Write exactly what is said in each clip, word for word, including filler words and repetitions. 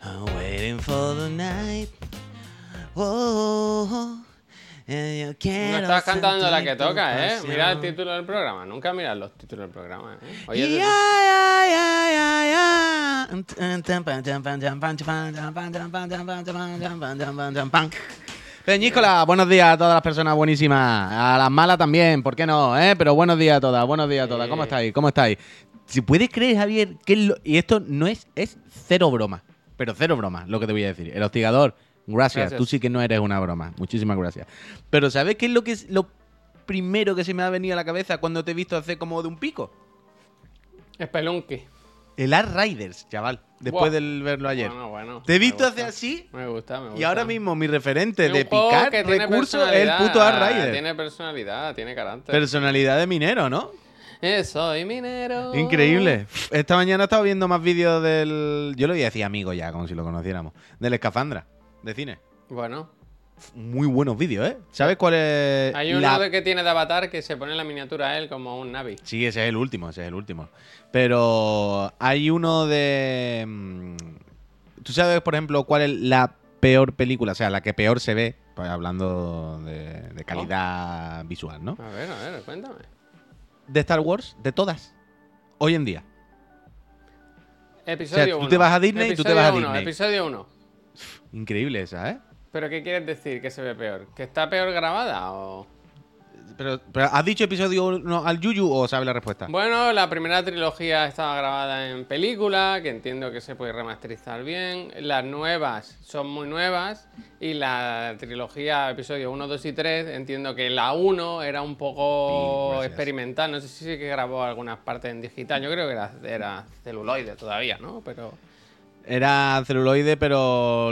I'm waiting for the night. Oh, and you No can't estás cantando la que sentir tu toca, ¿eh? Mira el pasión. título del programa. Nunca miras los títulos del programa, ¿eh? Yeah, Oye, de- yeah, yeah, yeah, yeah. Peñíscola, buenos días a todas las personas buenísimas, a las malas también, ¿por qué no? ¿Eh? Pero buenos días a todas, buenos días a todas, ¿cómo Sí. estáis? ¿Cómo estáis? Si puedes creer, Javier, que es lo- y esto no es, es cero broma, pero cero broma, lo que te voy a decir. El hostigador, gracias, Gracias. tú sí que no eres una broma, muchísimas gracias. Pero ¿sabes qué es lo que es lo primero que se me ha venido a la cabeza cuando te he visto hacer como de un pico? Spelunky. El Art Riders, chaval, después Buah. de verlo ayer. Bueno, bueno. Te he me visto gusta. hacer así Me gusta, me gusta. y ahora mismo mi referente Es un de juego picar que tiene recursos es el personalidad, puto Art Rider. Tiene personalidad, tiene carácter. Personalidad de minero, ¿no? Eh, soy minero. Increíble. Esta mañana he estado viendo más vídeos del... Yo lo voy a decir amigo ya, como si lo conociéramos. Del Escafandra, de cine. Bueno, Muy buenos vídeos, ¿eh? ¿Sabes cuál es hay uno la... de que tiene de avatar que se pone la miniatura a él como un Navi. Sí, ese es el último, ese es el último. Pero hay uno de... mm, ¿Tú sabes, por ejemplo, cuál es la peor película? O sea, la que peor se ve, pues hablando de, de calidad visual, ¿no? A ver, a ver, cuéntame. De Star Wars, de todas. Hoy en día. Episodio O sea, tú uno. te vas a Disney y tú te vas a Episodio uno, Disney. Episodio uno. Increíble esa, ¿eh? ¿Pero qué quieres decir que se ve peor? ¿Que está peor grabada o...? Pero, pero ¿has dicho episodio uno al Yuyu o sabes la respuesta? Bueno, la primera trilogía estaba grabada en película, que entiendo que se puede remasterizar bien. Las nuevas son muy nuevas. Y la trilogía, episodio uno, dos y tres, entiendo que la uno era un Bien, poco gracias. experimental. No sé si sí que grabó algunas partes en digital. Yo creo que era, era celuloide todavía, ¿no? Pero... Era celuloide, pero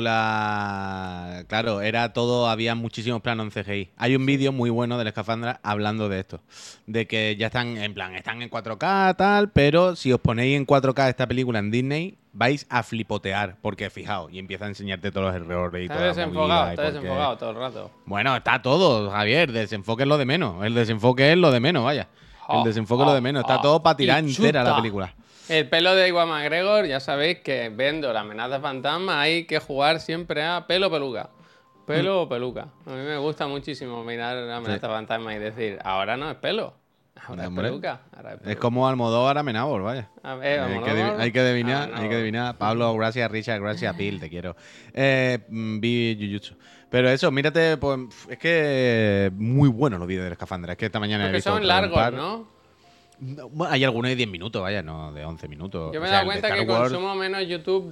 la... Claro, era todo... Había muchísimos planos en C G I. Hay un vídeo muy bueno del Escafandra hablando de esto. De que ya están, en plan, están en cuatro K, tal, pero si os ponéis en cuatro K esta película en Disney, vais a flipotear. Porque, fijaos, y empieza a enseñarte todos los errores y Está toda la desenfocado, movida y está porque- desenfocado todo el rato. Bueno, está todo, Javier. Desenfoque es lo de menos. El desenfoque es lo de menos, vaya. El desenfoque es lo de menos. Está todo para tirar Y entera la chuta. película. El pelo de Iwan McGregor, ya sabéis que vendo la amenaza fantasma, hay que jugar siempre a pelo o peluca. Pelo o peluca. A mí me gusta muchísimo mirar la amenaza fantasma y decir, ahora no es pelo, ahora es Hombre, peluca. Ahora es Es peluca. como Almodóvar Amenábal, vaya. A ver, hay, vamos, que adiv- vamos. hay que adivinar, Ah, no. hay que adivinar. Pablo, gracias, Richard, gracias, Bill, te quiero. Eh, mm, vi Jujutsu. Pero eso, mírate, pues es que muy buenos los vídeos de Escafandra. Es que esta mañana he Porque visto son otro de un largos, par. ¿no? No, bueno, hay algunos de diez minutos, vaya, no, de once minutos. Yo me O he sea, dado el de cuenta Star que Wars- consumo menos YouTube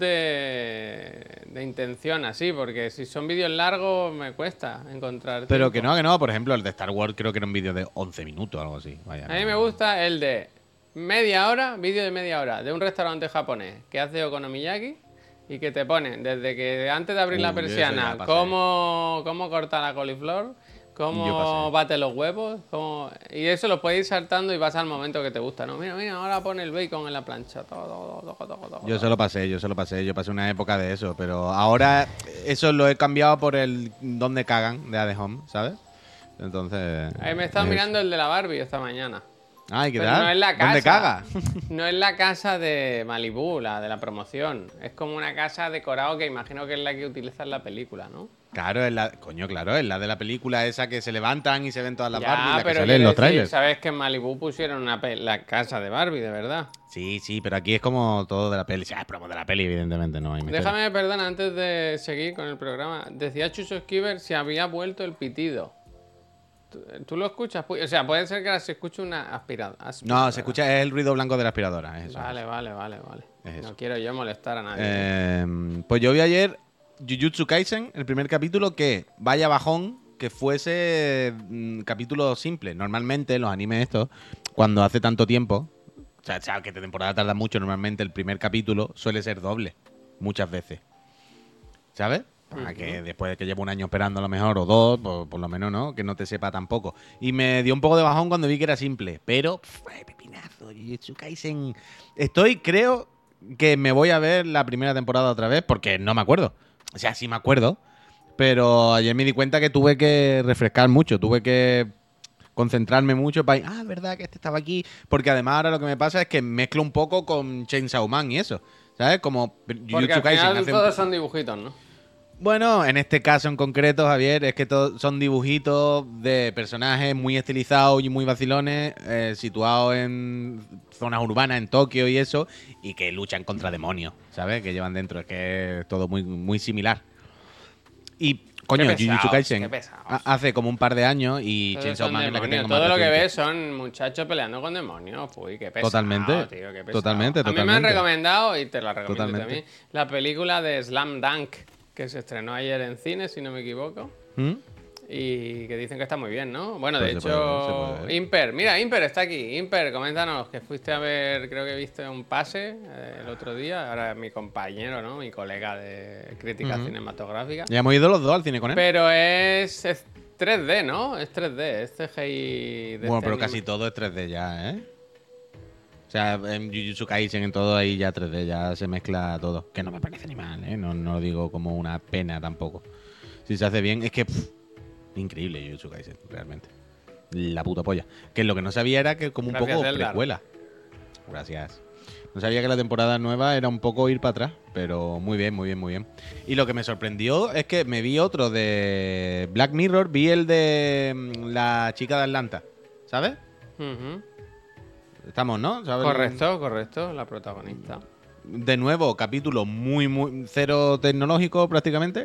de, de intención así, porque si son vídeos largos me cuesta encontrar. Pero que tiempo. no, que no. Por ejemplo, el de Star Wars creo que era un vídeo de once minutos o algo así. Vaya, A mí no, me no. gusta el de media hora, vídeo de media hora, de un restaurante japonés que hace okonomiyaki y que te ponen desde que antes de abrir Uy, la eso ya persiana, pasé. cómo, cómo cortar la coliflor, Yo cómo pasé. bate los huevos, cómo... y eso lo puedes ir saltando y vas al momento que te gusta, ¿no? Mira, mira, ahora pone el bacon en la plancha. Todo, todo, todo, todo, todo, Yo todo. se lo pasé, yo se lo pasé, yo pasé una época de eso, pero ahora eso lo he cambiado por el donde cagan de A The Home, ¿sabes? Entonces... Ahí me he estado es mirando el de la Barbie esta mañana. Ay, ¿qué Pero tal? no es la casa. ¿Dónde caga? No es la casa de Malibu, la de la promoción. Es como una casa decorada que imagino que es la que utiliza en la película, ¿no? Claro, es la... Coño, claro, es la de la película esa que se levantan y se ven todas las Ya, Barbies, la que pero sale en quiero los decir, trailers. Sabes que en Malibu pusieron una pe- la casa de Barbie, de verdad. Sí, sí, pero aquí es como todo de la peli. Sí, es promo de la peli, evidentemente, no hay misterio. Déjame, perdona, antes de seguir con el programa. Decía Chuso Esquiver si había vuelto el pitido. ¿Tú, tú lo escuchas? Pu- O sea, puede ser que ahora se escuche una aspirada. No, se escucha, es el ruido blanco de la aspiradora, es eso. Vale, vale, vale, vale. Es eso. No quiero yo molestar a nadie. Eh, pues yo vi ayer Jujutsu Kaisen, el primer capítulo, que vaya bajón que fuese mm, capítulo simple. Normalmente los animes estos, cuando hace tanto tiempo, o sea, sabes que temporada tarda mucho, normalmente el primer capítulo suele ser doble, muchas veces. ¿Sabes? Para que después de que llevo un año esperando a lo mejor, o dos, por, por lo menos, ¿no? Que no te sepa tampoco. Y me dio un poco de bajón cuando vi que era simple. Pero, pff, ay, pepinazo, Jujutsu Kaisen. Estoy, creo que me voy a ver la primera temporada otra vez porque no me acuerdo. O sea, sí me acuerdo. Pero ayer me di cuenta que tuve que refrescar mucho. Tuve que concentrarme mucho para... Ah, es verdad que este estaba aquí. Porque además ahora lo que me pasa es que mezclo un poco con Chainsaw Man y eso. ¿Sabes? Como Porque Jujutsu al Kaisen final hace- todos son dibujitos, ¿no? Bueno, en este caso en concreto, Javier, es que todos son dibujitos de personajes muy estilizados y muy vacilones, eh, situados en zonas urbanas, en Tokio y eso, y que luchan contra demonios, ¿sabes? Que llevan dentro. Es que es todo muy, muy similar. Y, coño, Qué Jujutsu pesados, Kaisen qué pesados. ha- hace como un par de años y Todos Chainsaw son Man es la que demonios. tengo más Todo lo que reciente. ves son muchachos peleando con demonios. Uy, qué pesado, Totalmente, tío, qué pesado. totalmente, A mí me han totalmente. recomendado, y te la recomiendo Totalmente. también, la película de Slam Dunk, que se estrenó ayer en cine, si no me equivoco. ¿Mm? Y que dicen que está muy bien, ¿no? Bueno, Pues de se hecho, puede ver, se puede ver. Imper, mira, Imper está aquí. Imper, coméntanos que fuiste a ver, creo que viste un pase eh, el otro día. Ahora es mi compañero, ¿no? Mi colega de crítica cinematográfica. Ya hemos ido los dos al cine con él. Pero es, es tres D, ¿no? Es tres D, es C G I de Bueno, este pero anime. casi todo es tres D ya, ¿eh? O sea, en Jujutsu Kaisen, en todo ahí ya tres D, ya se mezcla todo. Que no me parece ni mal, ¿eh? No, no lo digo como una pena tampoco. Si se hace bien, es que... pff, increíble Jujutsu Kaisen, realmente. La puta polla. Que lo que no sabía era que como un Gracias, poco Eldar. precuela. Gracias. No sabía que la temporada nueva era un poco ir para atrás, pero muy bien, muy bien, muy bien. Y lo que me sorprendió es que me vi otro de Black Mirror, vi el de mm, la chica de Atlanta, ¿sabes? Ujú. Estamos, ¿no? ¿Sabes? Correcto, correcto, la protagonista. De nuevo, capítulo muy, muy cero tecnológico prácticamente.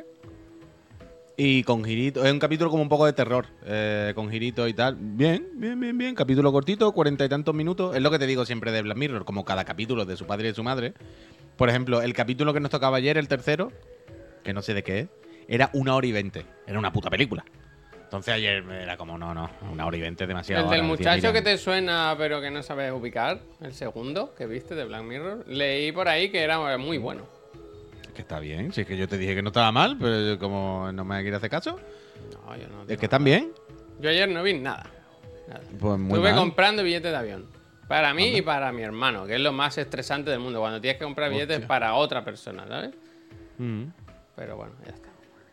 Y con girito. Es un capítulo como un poco de terror. eh, con girito y tal. Bien, bien, bien, bien. Capítulo cortito, cuarenta y tantos minutos. Es lo que te digo siempre de Black Mirror. Como cada capítulo de su padre y de su madre. Por ejemplo, el capítulo que nos tocaba ayer, el tercero, que no sé de qué es, era una hora y veinte. Era una puta película. Entonces ayer era como, no, no, una hora y veinte es demasiado. El del Ahora, decía, muchacho mira, que te suena pero que no sabes ubicar, el segundo que viste de Black Mirror, leí por ahí que era muy bueno. Es que está bien. Si es que yo te dije que no estaba mal, pero yo como no me quiere hacer caso. No, yo no Es digo que están nada. bien. Yo ayer no vi nada. nada. Pues muy Estuve mal. comprando billetes de avión. Para mí y para mi hermano, que es lo más estresante del mundo, cuando tienes que comprar billetes Hostia. para otra persona, ¿sabes? Mm. Pero bueno, ya está.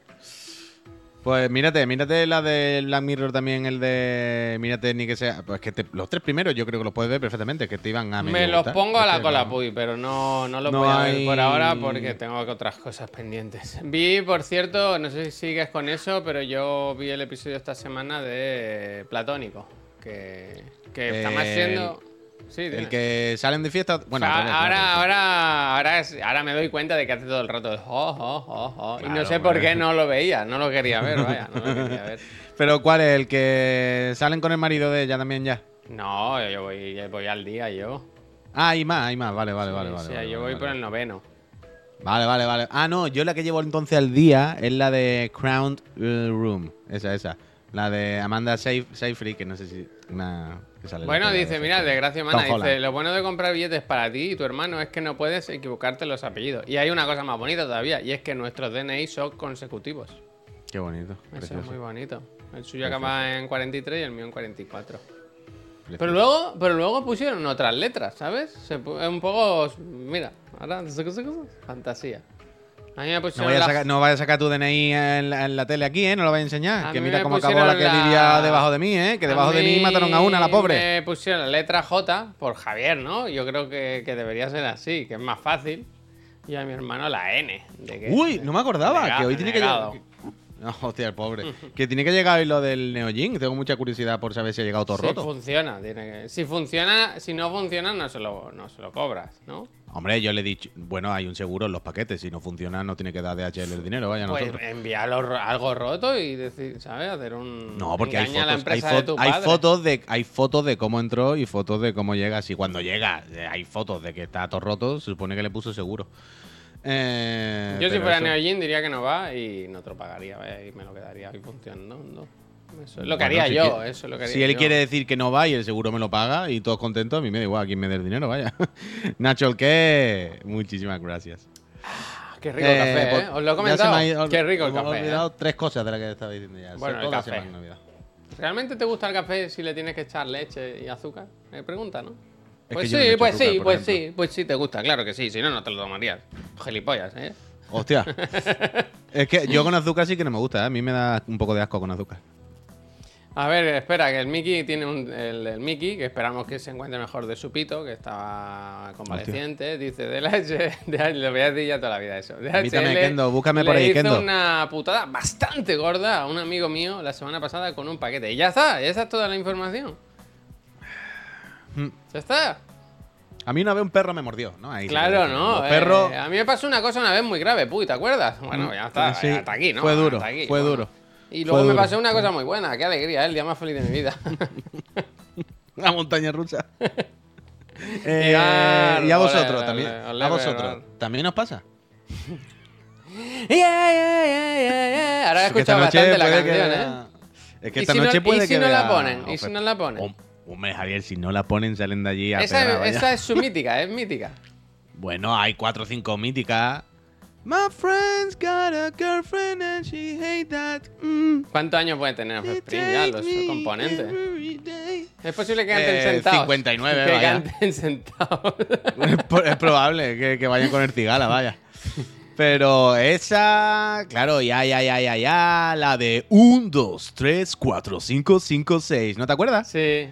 Pues mírate, mírate la de Black Mirror también, el de. Mírate ni que sea. Pues que te- los tres primeros yo creo que los puedes ver perfectamente, que te iban a medio Me los gustar. pongo a la Este, cola, no. puy, pero no, no los No voy a ver hay- por ahora porque tengo otras cosas pendientes. Vi, por cierto, no sé si sigues con eso, pero yo vi el episodio esta semana de Platónico, que, que está más El- siendo... Sí, dime. El que salen de fiesta. Bueno, O sea, al revés, ¿no? ahora, Pero- ahora, ahora, es- ahora me doy cuenta de que hace todo el rato de oh, oh, oh, oh, y no Claro, sé por hombre. qué no lo veía, no lo quería ver, vaya, no lo quería ver. Pero ¿cuál es? El que salen con el marido de ella también ya. No, yo voy, yo voy al día, yo. Ah, hay más, hay más. Vale, vale, vale. o vale, sea, vale, yo vale, voy por vale. el noveno. Vale, vale, vale. Ah, no, yo la que llevo entonces al día es la de Crowned eh, Room. Esa, esa. La de Amanda Seyf- Seyfried, que no sé si. Una. Que sale en la Bueno, peli dice, esa, mira, que- de Gracia Humana, Tom dice, Holland. lo bueno de comprar billetes para ti y tu hermano es que no puedes equivocarte en los apellidos. Y hay una cosa más bonita todavía, y es que nuestros D N I son consecutivos. Qué bonito. Eso Precioso. es muy bonito. El suyo acaba en cuarenta y tres y el mío en cuarenta y cuatro. Precioso. Pero luego, pero luego pusieron otras letras, ¿sabes? Se pu- es un poco... Mira, ahora... Fantasía. A mí me No pusieron vayas, a la- sacar, no vayas a sacar tu D N I en la, en la tele aquí, ¿eh? No lo vayas a enseñar. A que mí mira me cómo acabó pusieron la que la- vivía debajo de mí, ¿eh? Que debajo de mí mataron a una, la pobre. Me pusieron la letra J por Javier, ¿no? Yo creo que, que debería ser así, que es más fácil. Y a mi hermano la N. De que, Uy, no me acordaba. Nega- que hoy tiene que negado. llegar. No, hostia, el pobre. Que tiene que llegar hoy lo del Neojin. Tengo mucha curiosidad por saber si ha llegado todo Si roto. funciona, tiene que... Si funciona, si no funciona, no se lo, no se lo cobras, ¿no? Hombre, yo le he dicho, bueno, hay un seguro en los paquetes. Si no funciona, no tiene que dar D H L el dinero, vaya, Pues nosotros. envíalo ro- algo roto y decir, ¿sabes? Hacer un. No, porque hay engaña a la fotos, hay, empresa de fo- tu hay padre. fotos de hay fotos de cómo entró y fotos de cómo llega. Si cuando llega eh, hay fotos de que está todo roto, se supone que le puso seguro. Eh, Yo si pero fuera eso- Neojin diría que no va y no te lo pagaría, vaya, y me lo quedaría ahí funcionando. No. Eso es lo que Bueno, haría si yo, quiere- eso es lo que haría Si él yo. quiere decir que no va y el seguro me lo paga y todos contentos, a mí me da igual a quién me dé el dinero, vaya. Nacho, el que muchísimas gracias. Ah, qué rico el café, pues, ¿eh? Os lo he ya comentado. se me ha ido- Qué rico el me he café. olvidado ¿eh? tres cosas de las que estaba diciendo ya. Bueno, el Todas se café. me han olvidado. ¿Realmente te gusta el café si le tienes que echar leche y azúcar? Me pregunta, ¿no? Es Pues que yo no le sí, echo pues azúcar, sí, por pues ejemplo. sí, pues sí te gusta, claro que sí, si no, no te lo tomarías. Gilipollas, ¿eh? Hostia. Es que yo con azúcar sí que no me gusta, ¿eh? A mí me da un poco de asco con azúcar. A ver, espera, que el Mickey tiene un. El, el Mickey, que esperamos que se encuentre mejor de su pito, que estaba convaleciente. Dice, de la H. De, le voy a decir ya toda la vida eso. D H L Invítame, Kendo, búscame por ahí, le hizo Kendo. una putada bastante gorda a un amigo mío la semana pasada con un paquete. Y ya está, ya está toda la información. ¿Ya está? A mí una vez un perro me mordió, ¿no? Ahí Claro, se ¿no? Los perros... Eh, a mí me pasó una cosa una vez muy grave, puy, ¿te acuerdas? Bueno, ya está, Sí, hasta aquí, ¿no? Fue duro, Hasta aquí, fue bueno. duro. Y luego Fue me duro. pasó una cosa muy buena, qué alegría, ¿eh? El día más feliz de mi vida. Una montaña rusa. Y eh, claro, y a vosotros ole, también. ole, ole, a vosotros. ole. ¿También os pasa? Yeah, yeah, yeah, yeah, yeah. Ahora he Es que esta escuchado noche bastante la puede que canción, ¿eh? vea- Es que ¿Y esta si no- noche y puede si que no la vea ponen? ¿Y si oferta. no la ponen? Hom- Hombre, Javier, si no la ponen, salen de allí a Esa, pegar, vaya. esa es su mítica, es mítica. Bueno, hay cuatro o cinco míticas. My friend's got a girlfriend and she hate that. Mm. ¿Cuántos años puede tener Offspring ya los componentes? Es posible que canten Eh, sentados. cincuenta y nueve, Que vaya. canten sentados. Es pro- es probable que, que vayan con el cigala, vaya. Pero esa, claro, ya, ya, ya, ya, ya, la de uno, dos, tres, cuatro, cinco, cinco, seis, ¿no te acuerdas? Sí.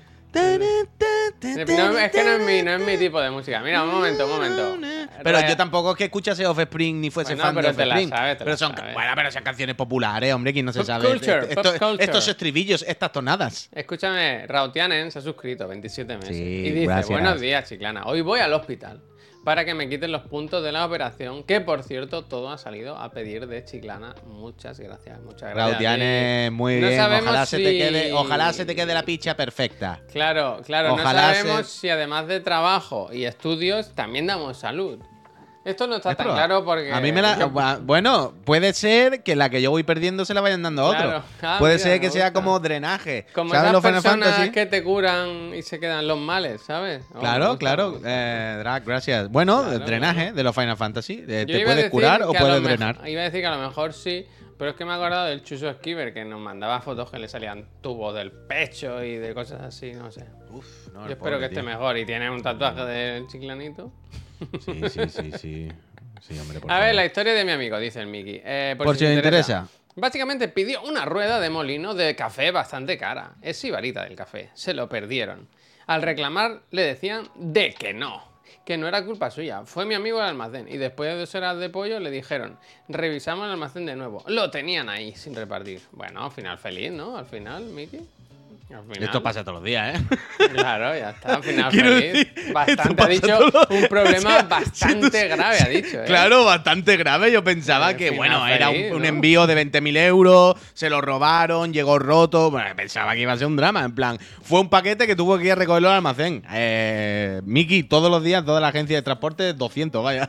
No, es que no es, mi, no es mi tipo de música. Mira, un momento, un momento. Pero Ra- yo tampoco es que escuchase Offspring ni fuese Bueno, fan pero de te la Offspring. sabes, te pero la son, sabes. bueno, pero son canciones populares, hombre, ¿quién no se Pop sabe? culture, Esto- pop culture. Estos estribillos, estas tonadas. Escúchame, Rautianen se ha suscrito veintisiete meses. Sí, y dice, gracias. buenos días, Chiclana. Hoy voy al hospital para que me quiten los puntos de la operación, que por cierto, todo ha salido a pedir de Chiclana. Muchas gracias, muchas gracias. Rautiane, Y muy no bien. sabemos Ojalá, se te si- quede, ojalá se te quede la picha perfecta. Claro, claro, Ojalá no sabemos se- si además de trabajo y estudios, también damos salud. Esto no está Es tan probable. claro porque... A mí me la. yo- va- Bueno, puede ser que la que yo voy perdiendo se la vayan dando a otro. Claro. Ah, puede mira, ser me que sea gusta. como drenaje. Como ¿Sabes esas los Final personas Fantasy? que te curan y se quedan los males, ¿sabes? Oh, me Claro, gusta, claro. me gusta. Eh, Drag, gracias. Bueno, Claro, drenaje claro. de los Final Fantasy. Eh, Yo te iba a puedes decir curar o que a lo puedes mejor- drenar. Iba a decir que a lo mejor sí, pero es que me he acordado del Chuso Esquiver que nos mandaba fotos que le salían tubos del pecho y de cosas así, no sé. Uf, no, Yo el espero pobre, que esté tío. mejor y tiene un tatuaje del chiclanito. Sí, sí, sí, sí. Sí, hombre, por A ver, favor. la historia de mi amigo, dice el Mickey. Eh, Por si os interesa. Básicamente pidió una rueda de molino de café bastante cara. Es sibarita del café. Se lo perdieron. Al reclamar le decían de que no. Que no era culpa suya. Fue mi amigo al almacén. Y después de dos horas de pollo le dijeron, revisamos el almacén de nuevo. Lo tenían ahí sin repartir. Bueno, final feliz, ¿no? Al final, Mickey. Al final. Esto pasa todos los días, ¿eh? Claro, ya está. Al final Quiero feliz. decir, esto Bastante, ha pasa dicho todos los- un problema O sea, bastante grave, ha dicho. ¿eh? Claro, bastante grave. Yo pensaba Eh, que, final bueno, era un, feliz, un ¿no? envío de veinte mil euros, se lo robaron, llegó roto. Bueno, pensaba que iba a ser un drama. En plan, fue un paquete que tuvo que ir a recogerlo al almacén. Eh, Miki, todos los días, toda la agencia de transporte, doscientos, vaya.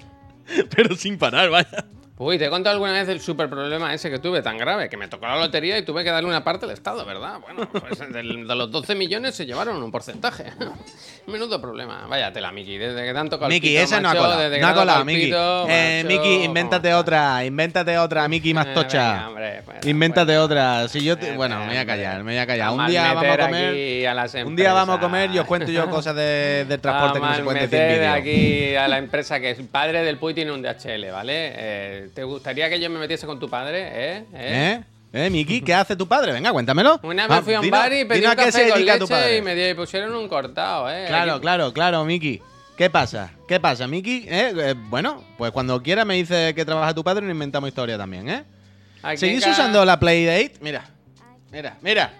Pero sin parar, vaya. Uy, te he contado alguna vez el super problema ese que tuve tan grave, que me tocó la lotería y tuve que darle una parte al Estado, ¿verdad? Bueno, pues del- de los doce millones se llevaron un porcentaje. Menudo problema. Vaya tela, Miki, desde que tanto calpito, Miki, esa no ha macho, colado. desde que No ha tanto colado, Miki. calpito, Eh, macho, Miki, invéntate ¿cómo otra. Invéntate otra, Miki más Eh, tocha. venga, hombre, pues, Invéntate pues, otra. Si yo te- eh, bueno, me voy a hombre. callar, me voy a callar. A Un día vamos a malmeter comer. aquí a las Un día vamos a comer y os empresas. cuento yo cosas de, del transporte que no se pueden decir en malmeter vídeo. aquí a la empresa que es padre del Puy tiene un D H L, ¿vale? Eh, ¿Te gustaría que yo me metiese con tu padre? ¿Eh? ¿Eh? ¿Eh? ¿Eh, Miki? ¿Qué hace tu padre? Venga, cuéntamelo. Una vez Ah, fui a un dinos- bar y pedí dinos un a qué se café con dedica tu leche padre. y me dio- y pusieron un cortado, ¿eh? Claro, Aquí- claro, claro, Miki. ¿Qué pasa? ¿Qué pasa, Miki? ¿Eh? Eh, bueno, pues cuando quiera me dice que trabaja tu padre y nos inventamos historia también, ¿eh? aquí ¿Seguís en ca- usando la Playdate? Mira, mira, mira.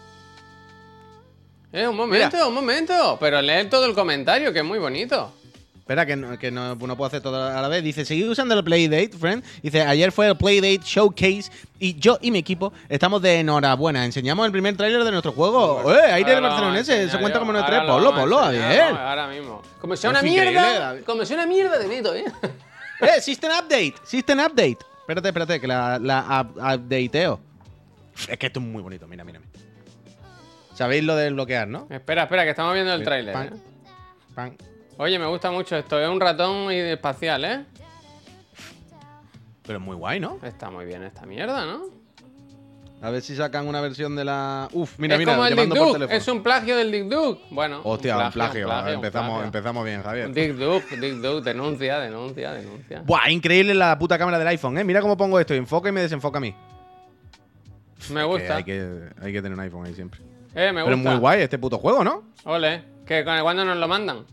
Eh, un momento, un momento. Pero lee todo el comentario, que es muy bonito. Espera, que no, que no, no puedo hacer todo a la vez. Dice, ¿seguís usando el Playdate, friend? Dice, ayer fue el Playdate Showcase y yo y mi equipo estamos de enhorabuena. Enseñamos el primer tráiler de nuestro juego. ¡Eh! Aire Ahora de lo barcelonense. vamos a Se cuenta enseñar como yo. nuestro. Ahora lo Ponlo, vamos a ponlo, enseñar, Javier. vamos, Ahora mismo. Como sea Es una increíble, mierda. David. Como sea una mierda de neto, ¿eh? ¡Eh! System Update. System Update. Espérate, espérate, que la, la up- updateo. Es que esto es muy bonito. Mira, mira. Sabéis lo de desbloquear, ¿no? Espera, espera, que estamos viendo el Mira, tráiler. pan, ¿eh? pan. Oye, me gusta mucho esto. Es un ratón y espacial, ¿eh? Pero es muy guay, ¿no? Está muy bien esta mierda, ¿no? A ver si sacan una versión de la. Uf, mira, es mira, como el te Dick mando por Duke. teléfono. Es un plagio del Dick Duke. Bueno. Hostia, un plagio. un plagio, un empezamos, plagio. empezamos bien, Javier. Dick Duke, Dick Duke, denuncia, denuncia, denuncia. Buah, increíble la puta cámara del iPhone, ¿eh? Mira cómo pongo esto. Enfoca y me desenfoca a mí. Me Que gusta. hay, que, hay que tener un iPhone ahí siempre. Eh, me Pero gusta. es muy guay este puto juego, ¿no? Ole. ¿Que cuándo nos lo mandan?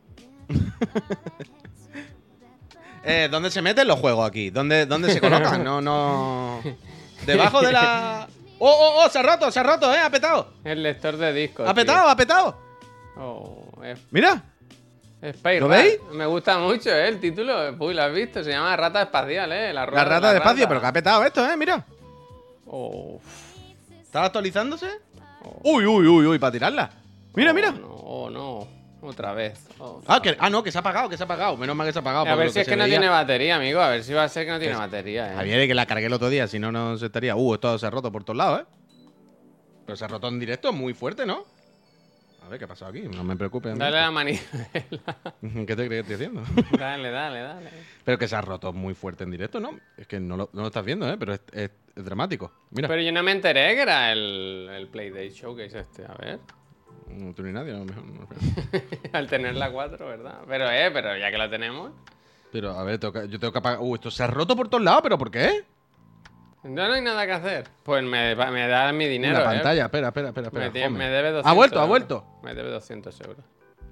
Eh, ¿Dónde se meten los juegos aquí? ¿Dónde, dónde se colocan? No, no. Debajo de la. ¡Oh, oh, oh! Se ha roto, se ha roto, ¿eh? Ha petado. El lector de discos. Ha petado, ha petado. Oh, es, Mira. es Spyro. ¿Lo veis? Me gusta mucho, ¿eh? El título. Uy, ¿lo has visto? Se llama Rata Espacial, ¿eh? La, La rata de espacio, pero que ha petado esto, ¿eh? Mira. Oh. ¿Estaba actualizándose? Uy, uy, uy, uy, para tirarla. Mira, Oh, mira. No, oh, no. Otra vez. Oh, Ah, que, ah, no, que se ha apagado, que se ha apagado. Menos mal que se ha apagado. a por ver lo si es se que no veía. tiene batería, amigo. A ver si va a ser que no tiene Que- batería, ¿eh? Javier, que la cargué el otro día, si no, no se estaría. Uh, esto se ha roto por todos lados, ¿eh? Pero se ha roto en directo, muy fuerte, ¿no? A ver, ¿qué ha pasado aquí? No me preocupes. Dale la manita. ¿Qué te crees que estoy haciendo? dale, dale, dale. Pero que se ha roto muy fuerte en directo, ¿no? Es que no lo, no lo estás viendo, ¿eh? Pero es, es- es dramático. Mira. Pero yo no me enteré que era el, el Playdate Showcase este. A ver. No tú ni nadie, a lo mejor. No sé. Al tener la cuatro, ¿verdad? Pero, eh, pero ya que la tenemos. Pero, a ver, tengo que- yo tengo que apagar. Uh, esto se ha roto por todos lados, ¿pero por qué? No, no hay nada que hacer. Pues me, me da mi dinero, la ¿eh? pantalla, espera, espera, espera. espera Me, tie- home. me debe doscientos Ha vuelto, ha euros. vuelto. Me debe doscientos euros.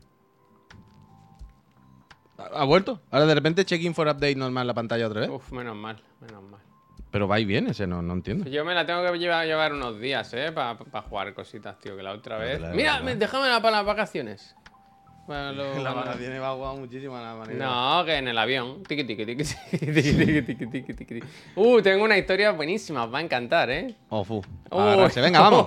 Ha, ha vuelto. Ahora de repente check-in for update normal la pantalla otra vez. Uf, menos mal, menos mal. Pero va y viene, ese no, no entiendo. Yo me la tengo que llevar, llevar unos días, ¿eh? Para jugar cositas, tío, que la otra vez... la- Mira, la- me- déjamela para las vacaciones. Para lo- cuando- va a jugar muchísimo la manera. No, que en el avión. Tiqui, tiqui, tiqui, tiqui, tiqui, tiqui, tiqui, tiqui. Uh, tengo una historia buenísima, os va a encantar, ¿eh? Oh, fu. Uh. Agarrarse. Venga, vamos.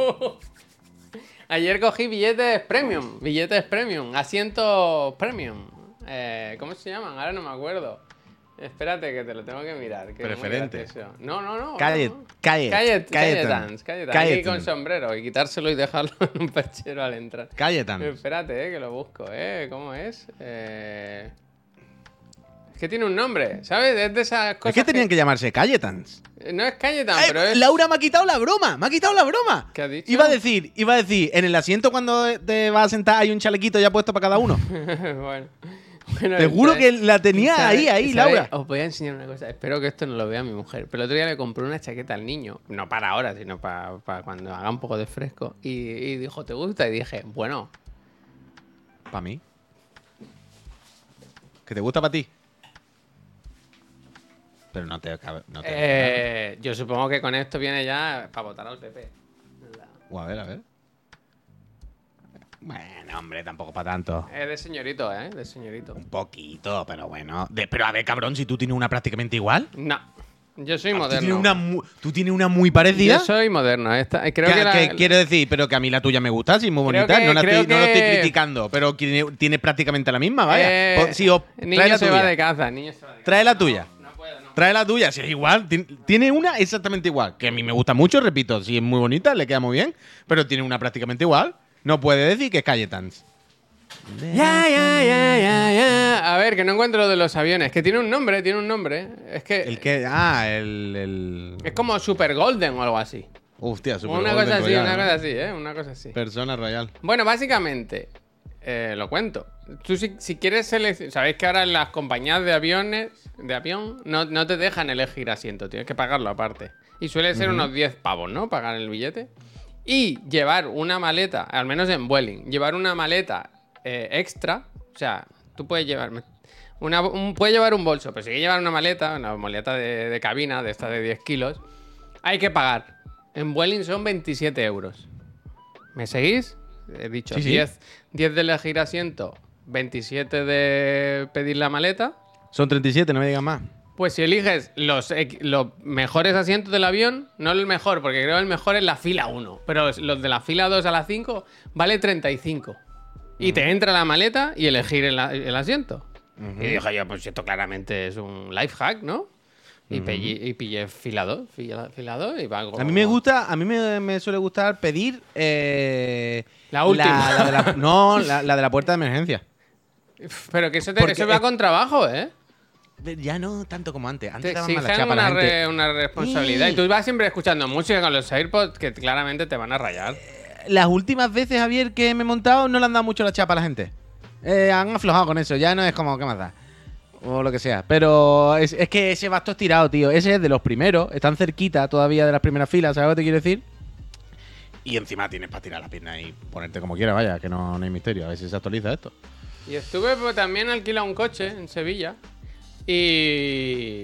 Ayer cogí billetes premium, billetes premium, asientos premium. Eh, ¿Cómo se llaman? Ahora no me acuerdo. Espérate que te lo tengo que mirar. Que es muy Preferente. gracioso. No, no, no. Calle, no. calle, Calle, Cayetan. Cayetans, Cayetans. Cayetan. Aquí con sombrero y quitárselo y dejarlo en un perchero al entrar. Cayetan. Espérate, eh, que lo busco, ¿eh? ¿Cómo es? Eh... Es que tiene un nombre, ¿sabes? Es de esas cosas. Es que tenían que llamarse Cayetans. que- No es Cayetan, ¡Ay, pero es. Laura me ha quitado la broma, me ha quitado la broma. ¿Qué ha dicho? Iba a decir, iba a decir, en el asiento cuando te vas a sentar hay un chalequito ya puesto para cada uno. bueno. Bueno, Te juro ¿sabes? que la tenía ¿Sabes? ahí, ahí, ¿Sabes? Laura. Os voy a enseñar una cosa. Espero que esto no lo vea mi mujer. Pero el otro día le compré una chaqueta al niño. No para ahora, sino para, para cuando haga un poco de fresco. Y, y dijo, ¿te gusta? Y dije, bueno, ¿Para mí? ¿Que te gusta para ti? Pero no te cabe. No te eh, yo supongo que con esto viene ya para votar al P P. Uh, a ver, a ver. Bueno, hombre, tampoco para tanto. Es de señorito, ¿eh? De señorito. Un poquito, pero bueno. De- pero a ver, cabrón, si tú tienes una prácticamente igual. No, yo soy Tú tienes moderno. una, mu- tú tienes una muy parecida. Yo soy moderno. Esta, creo ¿Qué, que la- qué quiero decir? Pero que a mí la tuya me gusta, sí, muy Creo bonita. que- no, la creo estoy, no lo estoy que- criticando, pero tiene, tiene prácticamente la misma, vaya. Eh, Po- sí, o- trae niño la se tuya. va de caza, niño se va de caza. Trae la tuya. No puedo, no. Trae la tuya, si es igual. Tien- Tiene una exactamente igual. Que a mí me gusta mucho, repito. Si es muy bonita, le queda muy bien. Pero tiene una prácticamente igual. No puede decir que es Cayetans. Ya, ya, ya, ya, ya. A ver, que no encuentro lo de los aviones. Que tiene un nombre, tiene un nombre. Es que El que. Ah, el. el... es como Super Golden o algo así. Hostia, super una Golden cosa así, Royal, una ¿no? cosa así, ¿eh? Una cosa así. Persona Royal. Bueno, básicamente, eh, lo cuento. Tú si, si quieres seleccionar... Sabéis que ahora las compañías de aviones, de avión, no, no te dejan elegir asiento. Tienes que pagarlo aparte. Y suele ser unos diez pavos, ¿no? Pagar el billete. Y llevar una maleta, al menos en Vueling, llevar una maleta eh, extra. O sea, tú puedes llevar... Una, un, puedes llevar un bolso, pero si quieres llevar una maleta, una maleta de, de cabina, de esta de diez kilos, hay que pagar. En Vueling son veintisiete euros. ¿Me seguís? He dicho Sí, sí. diez, diez de elegir asiento, veintisiete de pedir la maleta. Son treinta y siete, no me digas más. Pues si eliges los, equ- los mejores asientos del avión, no el mejor, porque creo que el mejor es la fila uno, pero los de la fila dos a la cinco vale treinta y cinco. Y te entra la maleta y elegir el, a- el asiento. Y dije yo, pues esto claramente es un life hack, ¿no? Y, pillé, y pillé fila dos, fila, fila dos y va. A mí me gusta, a mí me, me suele gustar pedir eh, La última. la de la- no, la, la de la puerta de emergencia. Pero que eso, te, Porque eso va es- con trabajo, ¿eh? Ya no tanto como antes. Antes Te daban más la exigen chapa a la una, gente. re- una responsabilidad. Y- Y tú vas siempre escuchando música con los AirPods que claramente te van a rayar. Las últimas veces, Javier, que me he montado, no le han dado mucho la chapa a la gente. Eh, han aflojado con eso. Ya no es como, ¿qué más da? o lo que sea. Pero es, es que ese basto es tirado, tío. Ese es de los primeros, están cerquita todavía de las primeras filas, ¿sabes lo que te quiero decir? Y encima tienes para tirar la pierna y ponerte como quieras, vaya, que no, no hay misterio. A ver si se actualiza esto. Y estuve pues, también alquilado un coche en Sevilla. Y.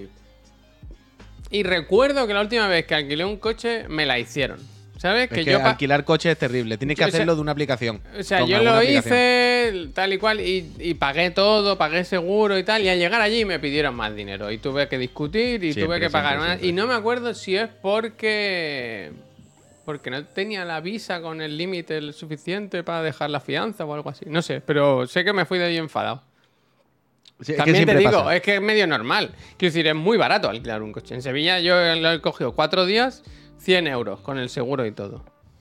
Y recuerdo que la última vez que alquilé un coche me la hicieron. ¿Sabes? Es que, que yo pa- alquilar coche es terrible. Tienes que Yo, o sea- hacerlo de una aplicación. O sea, con yo alguna lo aplicación. hice tal y cual y, y pagué todo, pagué seguro y tal. Y al llegar allí me pidieron más dinero. Y tuve que discutir y Siempre, tuve que pagar siempre, más. siempre. Y no me acuerdo si es porque. Porque no tenía la visa con el límite el suficiente para dejar la fianza o algo así. No sé, pero sé que me fui de ahí enfadado. Sí, es que También te siempre digo, pasa. es que es medio normal. Quiero decir, es muy barato alquilar un coche. En Sevilla yo lo he cogido cuatro días, cien euros con el seguro y todo.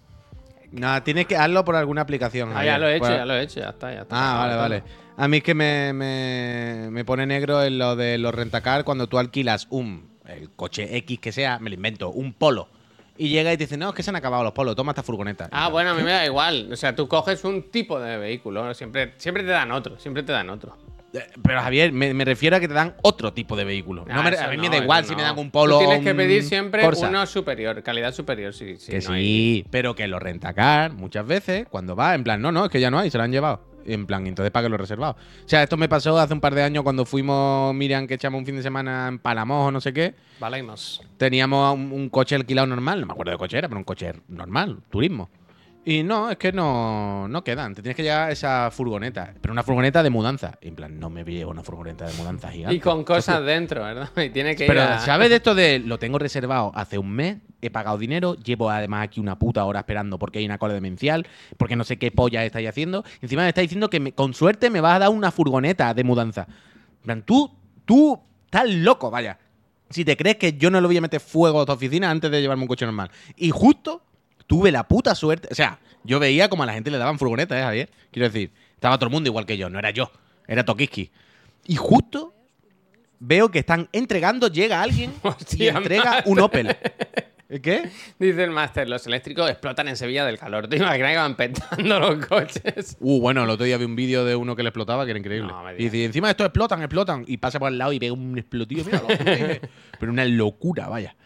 Nada, tienes que hazlo por alguna aplicación. Ah, ya Javier. lo he hecho, Por- ya lo he hecho, ya está, ya está. Ah, pagado vale, todo. vale. A mí es que me, me, me pone negro en lo de los rentacar cuando tú alquilas un el coche X que sea, me lo invento, un polo. Y llega y te dice, no, es que se han acabado los polos, toma esta furgoneta. Ah, bueno, a mí me da igual. O sea, tú coges un tipo de vehículo, siempre, siempre te dan otro, siempre te dan otro. Eh, Pero Javier, me, me refiero a que te dan otro tipo de vehículo. No Ah, me- eso a mí me no, da igual eso si me no. dan un polo Tú o tienes que un pedir siempre Corsa. uno superior, calidad superior, sí, sí. Que no hay- sí, pero que los rentacar muchas veces, cuando va, en plan, no, no, es que ya no hay, se lo han llevado. En plan, entonces para que lo he reservado. O sea, esto me pasó hace un par de años cuando fuimos, Miriam, que echamos un fin de semana en Palamos o no sé qué. Valemos. Teníamos un, un coche alquilado normal, no me acuerdo de coche era, pero un coche normal, turismo. Y no, es que no, no quedan. Te tienes que llevar esa furgoneta. Pero una furgoneta de mudanza. Y en plan, no me llevo una furgoneta de mudanza gigante. Y con cosas dentro, ¿verdad? Y tiene que Pero, ir a... ¿sabes de esto de lo tengo reservado hace un mes? He pagado dinero, llevo además aquí una puta hora esperando porque hay una cola demencial, porque no sé qué polla estáis haciendo. Encima me está diciendo que me- con suerte me vas a dar una furgoneta de mudanza. En plan, tú, tú estás loco, vaya. Si te crees que yo no le voy a meter fuego a tu oficina antes de llevarme un coche normal. Y justo tuve la puta suerte. O sea, yo veía como a la gente le daban furgonetas, ¿eh, Javier? Quiero decir, estaba todo el mundo igual que yo, no era yo, era Tokiski. Y justo veo que están entregando, llega alguien y Hostia, entrega macho. un Opel. ¿El qué? Dice el máster, los eléctricos explotan en Sevilla del calor. ¿Te imaginas que van petando los coches? Uh, bueno, el otro día vi un vídeo de uno que le explotaba que era increíble. No, me y digas. dice, encima estos explotan, explotan. Y pasa por al lado y pega un explotillo. Mira, lo que pero una locura, vaya.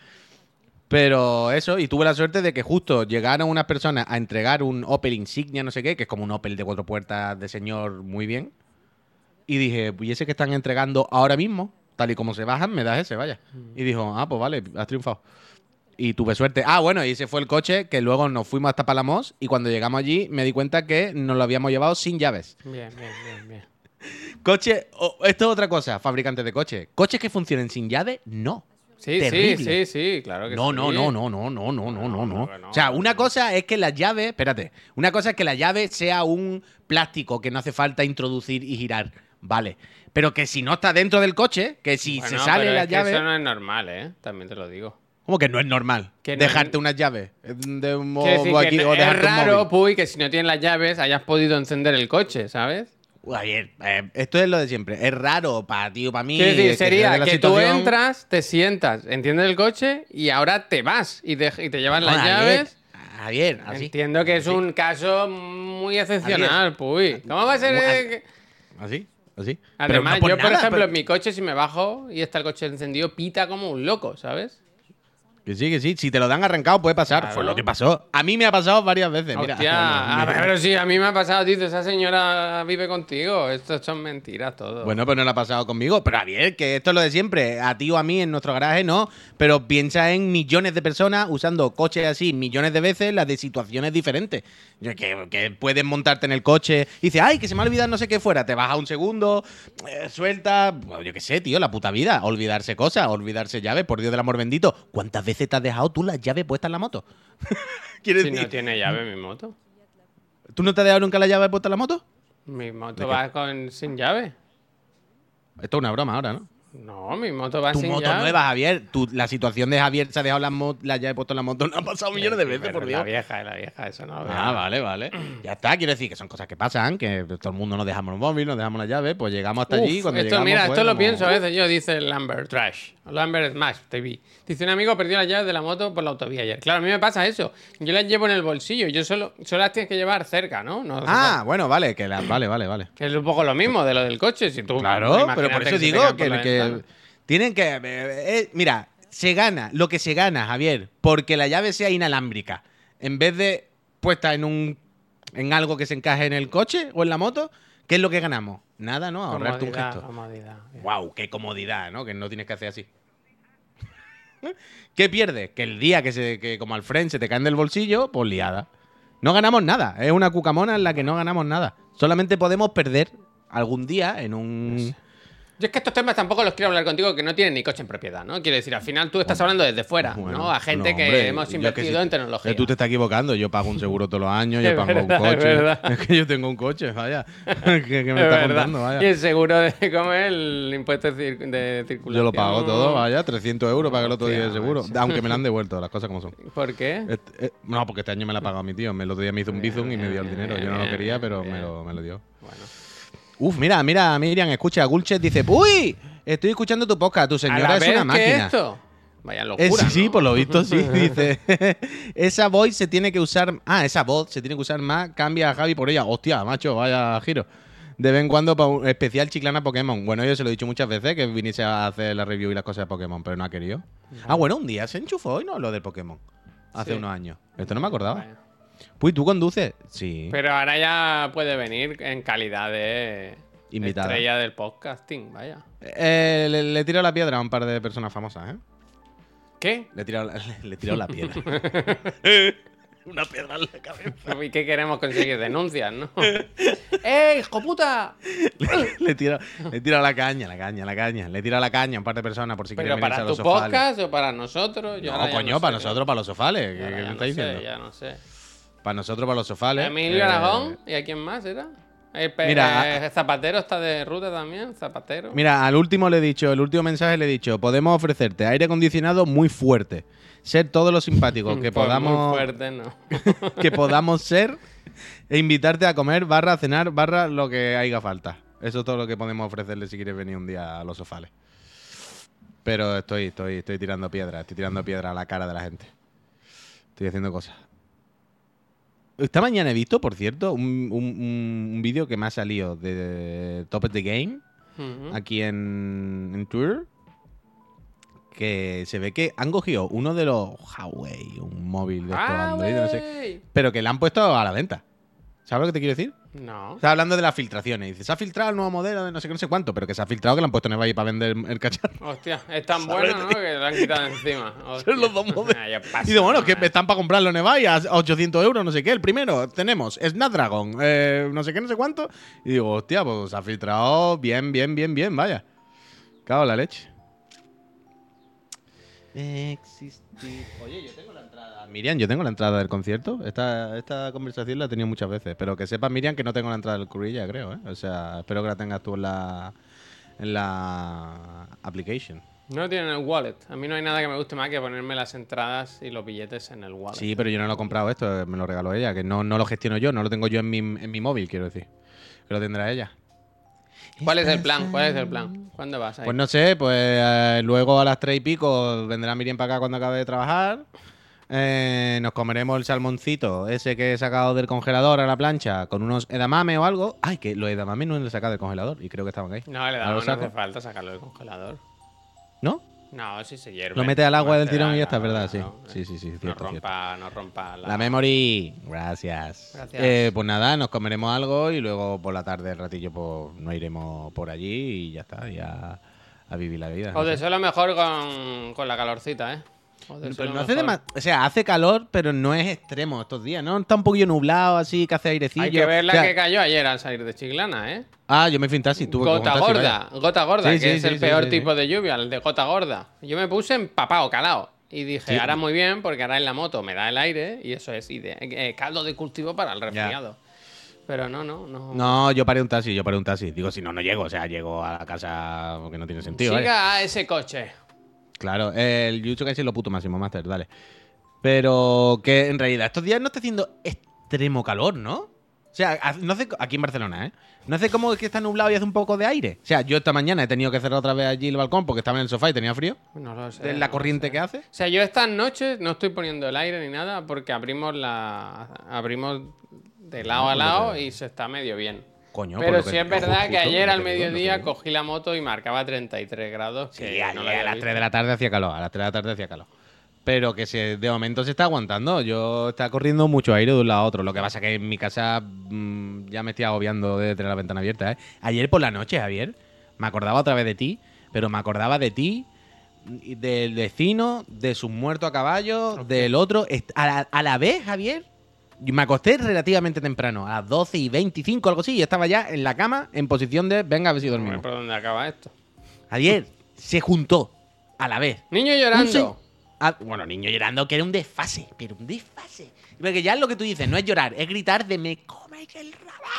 Pero eso, y tuve la suerte de que justo llegaron unas personas a entregar un Opel Insignia, no sé qué, que es como un Opel de cuatro puertas de señor muy bien. Y dije, pues ¿y ese que están entregando ahora mismo? Tal y como se bajan, me das ese, vaya. Y dijo, ah, pues vale, has triunfado. Y tuve suerte. Ah, bueno, y ese fue el coche que luego nos fuimos hasta Palamos y cuando llegamos allí me di cuenta que nos lo habíamos llevado sin llaves. Bien, bien, bien, bien. Coche, oh, esto es otra cosa, fabricantes de coches. Coches que funcionen sin llave, no. Sí, Terrible. sí, sí, sí, claro que No, sí. no, no, no, no, no, no, no, no, no. que no, O sea, que una no. cosa es que la llave, espérate, una cosa es que la llave sea un plástico que no hace falta introducir y girar, vale. Pero que si no está dentro del coche, que si Bueno, se sale pero la es que llave, eso no es normal, ¿eh? También te lo digo. ¿cómo que no es normal? Que no Dejarte es- unas llaves de un mo- Quiero decir aquí, que o es dejarte un raro, móvil. Puy, que si no tienes las llaves hayas podido encender el coche, ¿sabes? Javier, eh, esto es lo de siempre. Es raro para ti o para mí. Quiero decir, que se sería dé la que tú situación. entras, te sientas, enciendes el coche y ahora te vas y, te- y te llevan No, las Javier, llaves. Javier, así. Entiendo que es Así. un caso muy excepcional, Puy. ¿Cómo va a ser? Así. eh, que- Así, así. Pero Además, no por yo, por nada, ejemplo, pero- en mi coche, si me bajo y está el coche encendido, pita como un loco, ¿sabes? Que sí, que sí. Si te lo dan arrancado, puede pasar. Claro. Fue lo que pasó. A mí me ha pasado varias veces. Mira. Hostia, a ver, pero sí, a mí me ha pasado, tío, esa señora vive contigo. Esto son mentiras todo. Bueno, pues no lo ha pasado conmigo. Pero Javier, que esto es lo de siempre. A ti o a mí en nuestro garaje no. Pero piensa en millones de personas usando coches así millones de veces, las de situaciones diferentes. Yo, Que, que puedes montarte en el coche y dices, ay, que se me ha olvidado no sé qué fuera. Te baja un segundo, eh, suelta. Bueno, yo qué sé, tío, la puta vida. Olvidarse cosas, olvidarse llaves, por Dios del amor bendito. ¿Cuántas veces te has dejado tú las llaves puestas en la moto? Quiero si decir, no tiene llave mi moto. ¿tú no te has dejado nunca la llave puesta en la moto? Mi ¿De moto qué? va con, sin llave. Esto es una broma ahora, ¿no? No, mi moto va Tu sin moto llave. nueva, Javier. Tu, la situación de Javier se ha dejado la, mo- la llave puesta en la moto. No ha pasado millones de Sí, veces, pero por es Dios. La vieja, es la vieja, eso no. Ah, vale, vale. Ya está, quiero decir que son cosas que pasan, que todo el mundo nos dejamos el móvil, nos dejamos la llave, pues llegamos hasta allí. Uf, Cuando esto, llegamos, mira, pues, esto lo como- pienso a veces yo, dice Lambert Trash. Lambert Smash T V. Dice un amigo perdió las llaves de la moto por la autovía ayer. Claro, a mí me pasa eso. Yo las llevo en el bolsillo, yo solo, solo las tienes que llevar cerca, ¿no? No hace Ah, falta. bueno, vale, que la- vale, vale, vale. Que es un poco lo mismo de lo del coche. Si tú, Claro, pero imagínate por eso se te digo caen por que, la que ventana. tienen que. eh, eh, mira, se gana lo que se gana, Javier, porque la llave sea inalámbrica. En vez de puesta en un en algo que se encaje en el coche o en la moto, ¿qué es lo que ganamos? Nada, ¿no? Ahorrarte un Comodidad, gesto. comodidad. Bien. Wow, qué comodidad, ¿no? Que no tienes que hacer así. ¿Qué pierdes? Que el día que se que como al frente se te caen del bolsillo, pues liada. No ganamos nada. Es una cucamona en la que no ganamos nada. Solamente podemos perder algún día en un. Yo es que estos temas tampoco los quiero hablar contigo que no tienen ni coche en propiedad, ¿no? Quiero decir, al final tú estás hablando desde fuera, Bueno, ¿no? A gente no, que hombre, hemos yo invertido que sí- en tecnología. eh, Tú te estás equivocando. Yo pago un seguro todos los años, Es yo pago verdad, un es coche. verdad. Es que yo tengo un coche, vaya. ¿Qué, qué me Es estás verdad. contando? Vaya. Y el seguro de cómo es el impuesto de, cir- de circulación. Yo lo pago todo, vaya. trescientos euros pagué el otro día de Hostia, seguro. macho. Aunque me lo han devuelto, las cosas como son. ¿Por qué? Este- eh, no, porque este año me la ha pagado mi tío. El otro día me hizo un Bien, bizum y me dio el bien, dinero. bien, Yo no lo bien, quería, bien, pero bien. me lo, me lo dio. Bueno. Uf, mira, mira, Miriam, escucha, Gulchet dice, ¡uy! Estoy escuchando tu podcast, tu ¿A señora la es vez una que máquina. esto? Vaya Eh, locura, sí, sí, ¿no? por lo visto sí, dice. Esa voz se tiene que usar. Ah, esa voz se tiene que usar más. Cambia a Javi por ella. Hostia, macho, vaya giro. De vez en cuando para un especial Chiclana Pokémon. Bueno, yo se lo he dicho muchas veces que viniese a hacer la review y las cosas de Pokémon, pero no ha querido. Ah, bueno, un día se enchufó y no lo del Pokémon. Hace Sí. unos años. Esto no me acordaba. Vaya. Pues tú conduces. Sí. Pero ahora ya puede venir en calidad de Invitada. estrella del podcasting, vaya. Eh, le, le he tirado la piedra a un par de personas famosas, ¿eh? ¿Qué? Le he tirado, la- le he tirado la piedra. Una piedra en la cabeza. ¿Y qué queremos conseguir? Denuncias, ¿no? ¡Eh, hijo puta! Le he tirado, le he tirado la caña, la caña, la caña. Le he tirado la caña a un par de personas por si ¿Pero quieren venirse para a tu los sofales. podcast o para nosotros? Yo No, ahora ya coño, no para sé. nosotros, para los sofales. Yo ¿Qué, ahora qué ya me no estás sé, diciendo? ya no sé. Para nosotros, para los sofales. Emilio eh, Aragón. ¿Y a quién más era? El pe- Mira, eh, Zapatero está de ruta también. Zapatero. Mira, al último le he dicho, el último mensaje le he dicho, podemos ofrecerte aire acondicionado muy fuerte, ser todos los simpáticos que Pues podamos, Muy fuerte, ¿no? que podamos ser e invitarte a comer, barra a cenar, barra lo que haga falta. Eso es todo lo que podemos ofrecerle si quieres venir un día a los sofales. Pero estoy, estoy, estoy tirando piedra, estoy tirando piedra a la cara de la gente. Estoy haciendo cosas. Esta mañana he visto, por cierto, un, un- un- un vídeo que me ha salido de Top of the Game Ujú. aquí en, en Twitter, que se ve que han cogido uno de los Huawei, un móvil de estos Ah, Android, no sé, güey. pero que le han puesto a la venta. ¿Sabes lo que te quiero decir? No. Está hablando de las filtraciones. Dice, se ha filtrado el nuevo modelo de no sé qué, no sé cuánto, pero que se ha filtrado que le han puesto en eBay para vender el cacharro. Hostia, es tan ¿Sabes? bueno, ¿no? Que lo han quitado encima. Hostia. Son los dos modelos. Ah, ya pasa, Y digo, bueno, ¿no? que están para comprarlo en eBay a ochocientos euros, no sé qué. El primero tenemos Snapdragon, eh, no sé qué, no sé cuánto. Y digo, hostia, pues se ha filtrado bien, bien, bien, bien, vaya. Cago en la leche. Existir. Oye, yo tengo la entrada. Miriam, yo tengo la entrada del concierto. Esta, esta conversación la he tenido muchas veces. Pero que sepa, Miriam, que no tengo la entrada del Cruilla, creo, ¿eh? O sea, espero que la tengas tú en la, en la application. No tienen el wallet. A mí no hay nada que me guste más que ponerme las entradas y los billetes en el wallet. Sí, pero yo no lo he comprado esto, me lo regaló ella, que no, no lo gestiono yo, no lo tengo yo en mi, en mi móvil, quiero decir. Que lo tendrá ella. ¿Cuál es el plan? ¿Cuál es el plan? ¿Cuándo vas ahí? Pues no sé, pues eh, luego a las tres y pico vendrá Miriam para acá cuando acabe de trabajar. Eh, nos comeremos el salmoncito, ese que he sacado del congelador a la plancha, con unos edamame o algo. Ay, que los edamame no los he sacado del congelador y creo que estaban ahí. No, le Ahora damos, lo no hace saco. falta sacarlo del congelador. ¿No? No, si se hierve. Lo mete al agua No del te tirón da, y ya está, claro, ¿verdad? Sí, claro. sí, sí, sí, No cierto, cierto. rompa, no rompa la... La memory, gracias. Gracias. Eh, pues nada, nos comeremos algo y luego por la tarde, el ratillo, pues nos iremos por allí y ya está, ya a vivir la vida. Os no sé. deseo lo mejor con, con la calorcita, ¿eh? Os deseo Pero lo no hace mejor. dema- o sea, hace calor, pero no es extremo estos días, ¿no? Está un poquillo nublado, así, que hace airecillo. Hay que ver la O sea, que cayó ayer al salir de Chiclana, ¿eh? Ah, yo me fui en taxi, tuve que Gota con taxi, gorda, vaya. gota gorda, Sí, que sí, es sí, el sí, peor sí, tipo sí. de lluvia, el de gota gorda. Yo me puse empapado, calado. Y dije, Sí. ahora muy bien, porque ahora en la moto me da el aire y eso es ide- eh, caldo de cultivo para el resfriado. pero no, no, no. No, yo paré un taxi, yo paré un taxi. Digo, si no, no llego. O sea, llego a la casa porque no tiene sentido. Siga ¿vale? a ese coche. Claro, el Jujutsu Kaisen lo puto máximo, Master, dale. Pero que en realidad estos días no está haciendo extremo calor, ¿no? O sea, haz- no hace, aquí en Barcelona, ¿eh? No hace como que está nublado y hace un poco de aire. O sea, yo esta mañana he tenido que cerrar otra vez allí el balcón porque estaba en el sofá y tenía frío. No lo sé. De no la lo corriente sé. que hace. O sea, yo estas noches no estoy poniendo el aire ni nada porque abrimos la abrimos de lado a lado y se está medio bien. Coño, Pero por lo sí que- es verdad justo, que ayer lo al que digo, lo que mediodía digo. cogí la moto y marcaba treinta y tres grados. Sí, Que ayer no lo a había las visto. tres de la tarde hacía calor. A las tres de la tarde hacía calor. Pero que se, de momento se está aguantando. Yo está corriendo mucho aire de un lado a otro. Lo que pasa es que en mi casa mm, ya me estoy agobiando de tener la ventana abierta. ¿eh? Ayer por la noche, Javier, me acordaba otra vez de ti, pero me acordaba de ti, y del vecino, de sus muertos a caballo, del otro. Est- A la, a la vez, Javier, yo me acosté relativamente temprano, a las doce y veinticinco, algo así, y estaba ya en la cama en posición de venga a ver si No sé dormimos. por dónde acaba esto. Ayer se juntó a la vez. Niño Un se- llorando. Ah, bueno, niño llorando, que era un desfase, pero un desfase. Porque ya es lo que tú dices, no es llorar, es gritar de me comes el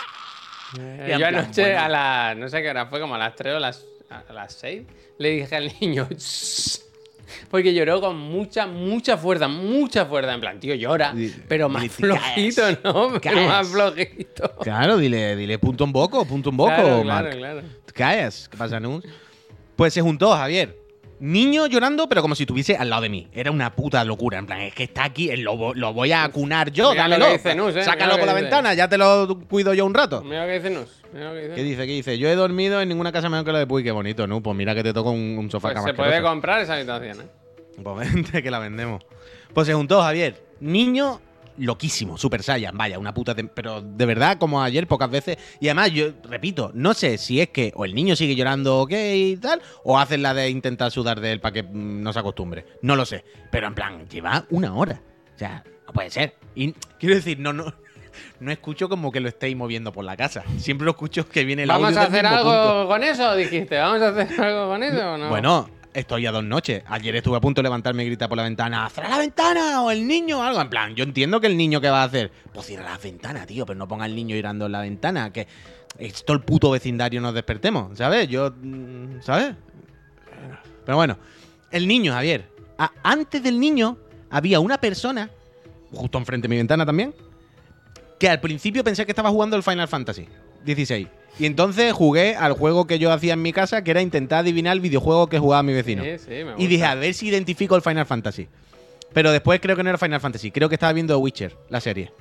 rabo. Eh, Y en yo plan, anoche bueno. a las, no sé qué hora fue, como a las tres o las, a las seis, le dije al niño, "Shh", porque lloró con mucha, mucha fuerza, mucha fuerza. En plan, tío, llora, Di- pero más dile, te flojito, caes, ¿no? te Pero más caes. flojito. Claro, dile, dile punto en boco, punto en boco, Claro, Marc. claro, claro. ¿Te callas? ¿Qué pasa, Nus? Pues se juntó, Javier. Niño llorando, pero como si estuviese al lado de mí. Era una puta locura. En plan, es que está aquí, lo, vo- lo voy a acunar yo, Mira lo dámelo. que dice Nus, eh, Sácalo mira lo por la que dice. ventana, ya te lo cuido yo un rato. Mira lo que dice Nus. Mira lo que dice. ¿Qué dice? ¿Qué dice? Yo he dormido en ninguna casa mejor que la de Puy. Qué bonito, ¿no? Pues mira que te toca un, un sofá Pues cama se puede asqueroso. comprar esa habitación, ¿eh? Pues vente que la vendemos. Pues se juntó, Javier. Niño loquísimo, Super Saiyan, vaya, una puta... tem- Pero de verdad, como ayer, pocas veces. Y además, yo repito, no sé si es que o el niño sigue llorando o qué y tal, o hacen la de intentar sudar de él para que mm, no se acostumbre. No lo sé. Pero en plan, lleva una hora. O sea, no puede ser. Y quiero decir, no, no... No escucho como que lo estéis moviendo por la casa. Siempre lo escucho que viene el ¿Vamos audio a del hacer mismo algo punto. con eso? Dijiste, ¿vamos a hacer algo con eso o no? Bueno, estoy a dos noches. Ayer estuve a punto de levantarme y gritar por la ventana, ¡cerra la ventana! O el niño o algo. En plan, yo entiendo que el niño, ¿qué va a hacer? Pues cierra la ventana, tío, pero no ponga al niño llorando en la ventana. Que es todo el puto vecindario nos despertemos, ¿sabes? Yo, mm, ¿sabes? Pero bueno, el niño, Javier. A- antes del niño había una persona, justo enfrente de mi ventana también, que al principio pensé que estaba jugando el Final Fantasy dieciséis. Y entonces jugué al juego que yo hacía en mi casa, que era intentar adivinar el videojuego que jugaba mi vecino. Sí, sí, me gusta. Y dije, a ver si identifico el Final Fantasy. Pero después creo que no era Final Fantasy. Creo que estaba viendo The Witcher, la serie.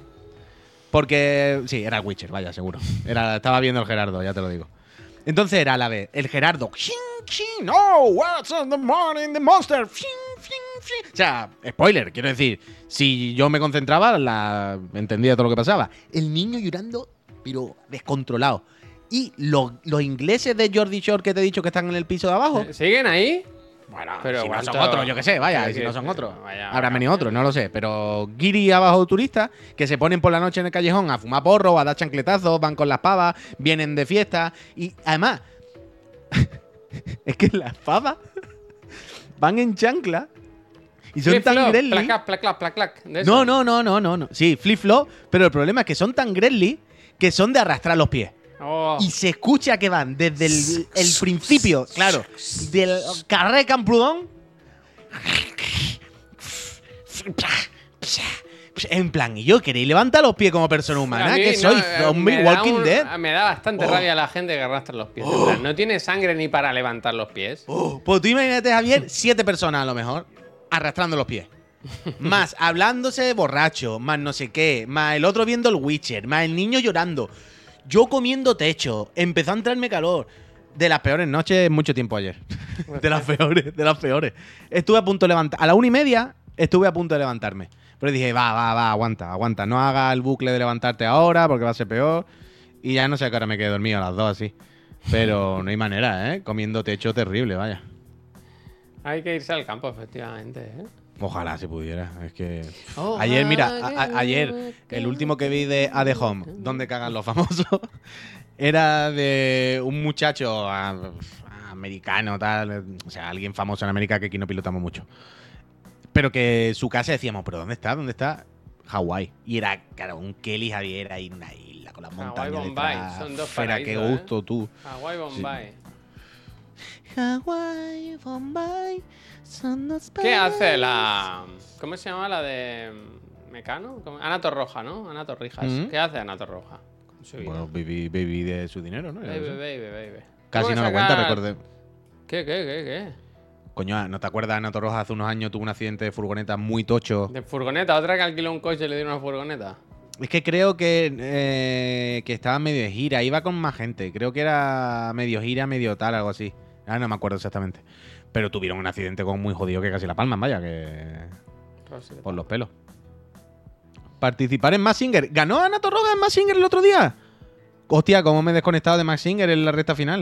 Porque, sí, era el Witcher, vaya, seguro. Era, estaba viendo el Gerardo, ya te lo digo. Entonces era a la vez el Gerardo. "Xin, xin, no, what's in the morning, the monster. Xin, xin, xin". O sea, spoiler, quiero decir, si yo me concentraba, la entendía todo lo que pasaba. El niño llorando, pero descontrolado. Y los, los ingleses de Jordi Shore que te he dicho que están en el piso de abajo. ¿Siguen ahí? Bueno, Pero si no son ¿cuánto? otros, yo qué sé, vaya, Pero y si que- no son otros. vaya, Habrán vaya. venido otros, no lo sé. Pero guiri abajo turistas que se ponen por la noche en el callejón a fumar porro, a dar chancletazos, van con las pavas, vienen de fiesta. Y además, es que las pavas van en chancla y son Flip tan flop, grelly. plac, plac, plac, plac, plac, de No, eso. no, no, no, no, no. Sí, flip flop, pero el problema es que son tan grelly que son de arrastrar los pies. Oh. Y se escucha que van desde el, el principio, claro, del Carré Camprodón. En plan, y yo queréis levantar los pies como persona A humana, mí que no, soy eh, zombie me da Walking un- Dead. Me da bastante rabia la gente que arrastra los pies. En plan, no tiene sangre ni para levantar los pies. Oh, pues tú imagínate, Javier, siete personas a lo mejor arrastrando los pies. Más hablándose de borracho, más no sé qué, más el otro viendo el Witcher, más el niño llorando. Yo comiendo techo, empezó a entrarme calor. De las peores noches en mucho tiempo ayer. De las peores, de las peores. Estuve a punto de levantar. A la una y media estuve a punto de levantarme. Pero dije, va, va, va, aguanta, aguanta. No haga el bucle de levantarte ahora porque va a ser peor. Y ya no sé a qué hora me quedé dormido a las dos así. Pero no hay manera, ¿eh? Comiendo techo terrible, vaya. Hay que irse al campo, efectivamente. ¿eh? Ojalá se pudiera. Es que. Ojalá Ayer, mira, a- a- que- ayer, el último que vi de A The Home, donde cagan los famosos, era de un muchacho ah, americano, tal. O sea, alguien famoso en América que aquí no pilotamos mucho. Pero que su casa decíamos, ¿pero dónde está? ¿Dónde está? Hawái. Y era, claro, un Kelly Javier ahí en una isla con las Hawái, montañas Bombay, detrás. son dos Fuera, qué paraísos, gusto, tú. Hawái, Bombay. Hawái, Bombay, son dos ¿Qué hace la... ¿Cómo se llama la de Mecano? ¿Cómo? Ana Torroja, ¿no? Ana Torrijas. Mm. ¿Qué hace Ana Torroja con su vida? Bueno, baby, baby de su dinero, ¿no? Ya Baby, lo sé. baby, baby. Casi ¿Cómo no lo sacar- cuenta, recordé. ¿Qué, qué, qué, qué? Coño, ¿no te acuerdas? Ana Torroja hace unos años tuvo un accidente de furgoneta muy tocho. De furgoneta, otra que alquiló un coche y le dieron una furgoneta. Es que creo que, eh, que estaba medio de gira, iba con más gente. Creo que era medio gira, medio tal, algo así. Ah, no me acuerdo exactamente. Pero tuvieron un accidente con muy jodido que casi la palman, vaya, que. Rosita. Por los pelos. Participar en Mask Singer. ¿Ganó Ana Torroja en Mask Singer el otro día? Hostia, cómo me he desconectado de Mask Singer en la recta final.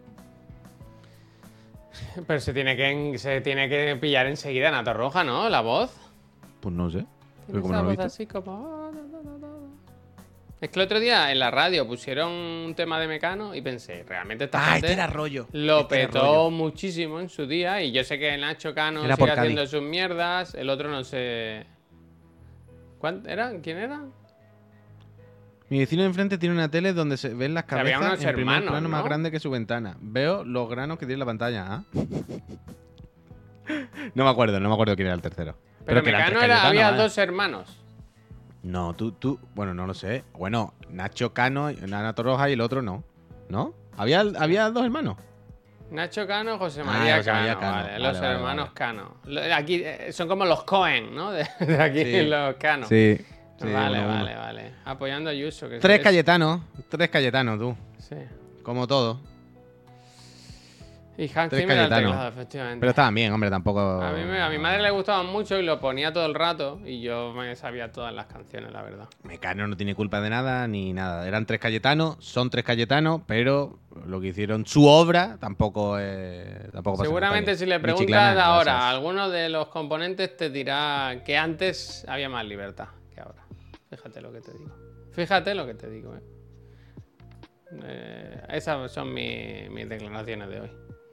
Pero se tiene que se tiene que pillar enseguida Ana Torroja, ¿no? La voz. Pues no sé. Tiene Pero como esa no lo he voz visto. así como... Es que el otro día en la radio pusieron un tema de Mecano y pensé, realmente esta Ah, gente este era rollo. lo Este era petó rollo. muchísimo en su día. Y yo sé que Nacho Cano Era sigue por Cádiz. haciendo sus mierdas. El otro no sé... ¿Cuánto era? ¿Quién era? Mi vecino de enfrente tiene una tele donde se ven las Que había cabezas unos en primer hermanos, plano más ¿no? grande que su ventana. Veo los granos que tiene la pantalla. ¿Ah? No me acuerdo, no me acuerdo quién era el tercero. Pero, que eran Mecano tres era, Cayetanos, había vaya. dos hermanos. No, tú, tú, bueno, no lo sé. Bueno, Nacho Cano, Ana Torroja y el otro no. ¿No? ¿Había, había dos hermanos? Nacho Cano, José Ah, María, José Cano, María Cano. vale, Vale, los vale, hermanos vale. Cano. Lo- Aquí eh, son como los Cohen, ¿no? De, de aquí Sí. los Cano. Sí. sí, vale, uno, uno. vale, vale. Apoyando a Ayuso. Que Tres es- Cayetanos, tres Cayetanos, tú. Sí. Como todo. Y Hans Tres Zimmer al Cayetanos. teclado, efectivamente. Pero estaban bien, hombre, tampoco. A, mí me- a mi madre le gustaban mucho y lo ponía todo el rato y yo me sabía todas las canciones, la verdad. Mecano no tiene culpa de nada ni nada. Eran tres Cayetanos, son tres Cayetanos, pero lo que hicieron, su obra, tampoco es. Tampoco pasa Seguramente nada. si le Ni preguntas Chiclana, ahora a gracias. alguno de los componentes te dirá que antes había más libertad que ahora. Fíjate lo que te digo. Fíjate lo que te digo, eh. Eh, esas son mi- mis declaraciones de hoy.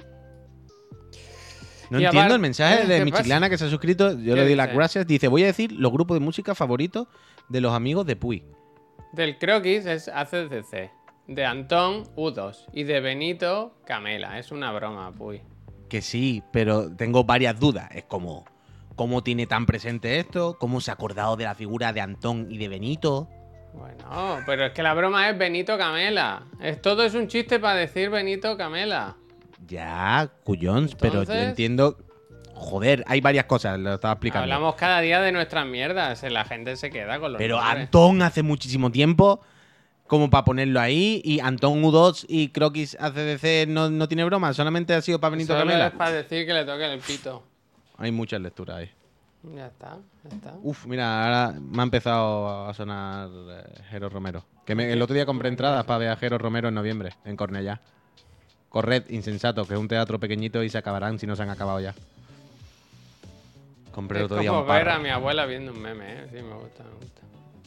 No Y entiendo aparte- el mensaje ¿Qué de mi pasa? chiclana que se ha suscrito. Yo ¿Qué le doy las dice? gracias. Dice: voy a decir los grupos de música favoritos de los amigos de Puy. Del Croquis es A C D C. De Antón, U dos. Y de Benito, Camela. Es una broma, puy. Que sí, pero tengo varias dudas. Es como, ¿cómo tiene tan presente esto? ¿Cómo se ha acordado de la figura de Antón y de Benito? Bueno, pero es que la broma es Benito Camela. Es, todo es un chiste para decir Benito Camela. Ya, cuyons, pero yo Entonces- entiendo. Joder, hay varias cosas, lo estaba explicando. Hablamos cada día de nuestras mierdas. La gente se queda con los Pero nombres. Antón hace muchísimo tiempo, como para ponerlo ahí, y Antón U dos y Croquis A C D C no, no tiene broma, solamente ha sido para Benito Solo Camela. es para decir que le toque el pito. Hay muchas lecturas ahí. Ya está, ya está. Uf, mira, ahora me ha empezado a sonar eh, Jero Romero. Que me- el otro día compré entradas para ver a Jero Romero en noviembre, en Cornellá. Corred, insensato, que es un teatro pequeñito y se acabarán si no se han acabado ya. Compré el Es otro día como un ver parro. a mi abuela viendo un meme, ¿eh? Sí, me gusta, me gusta.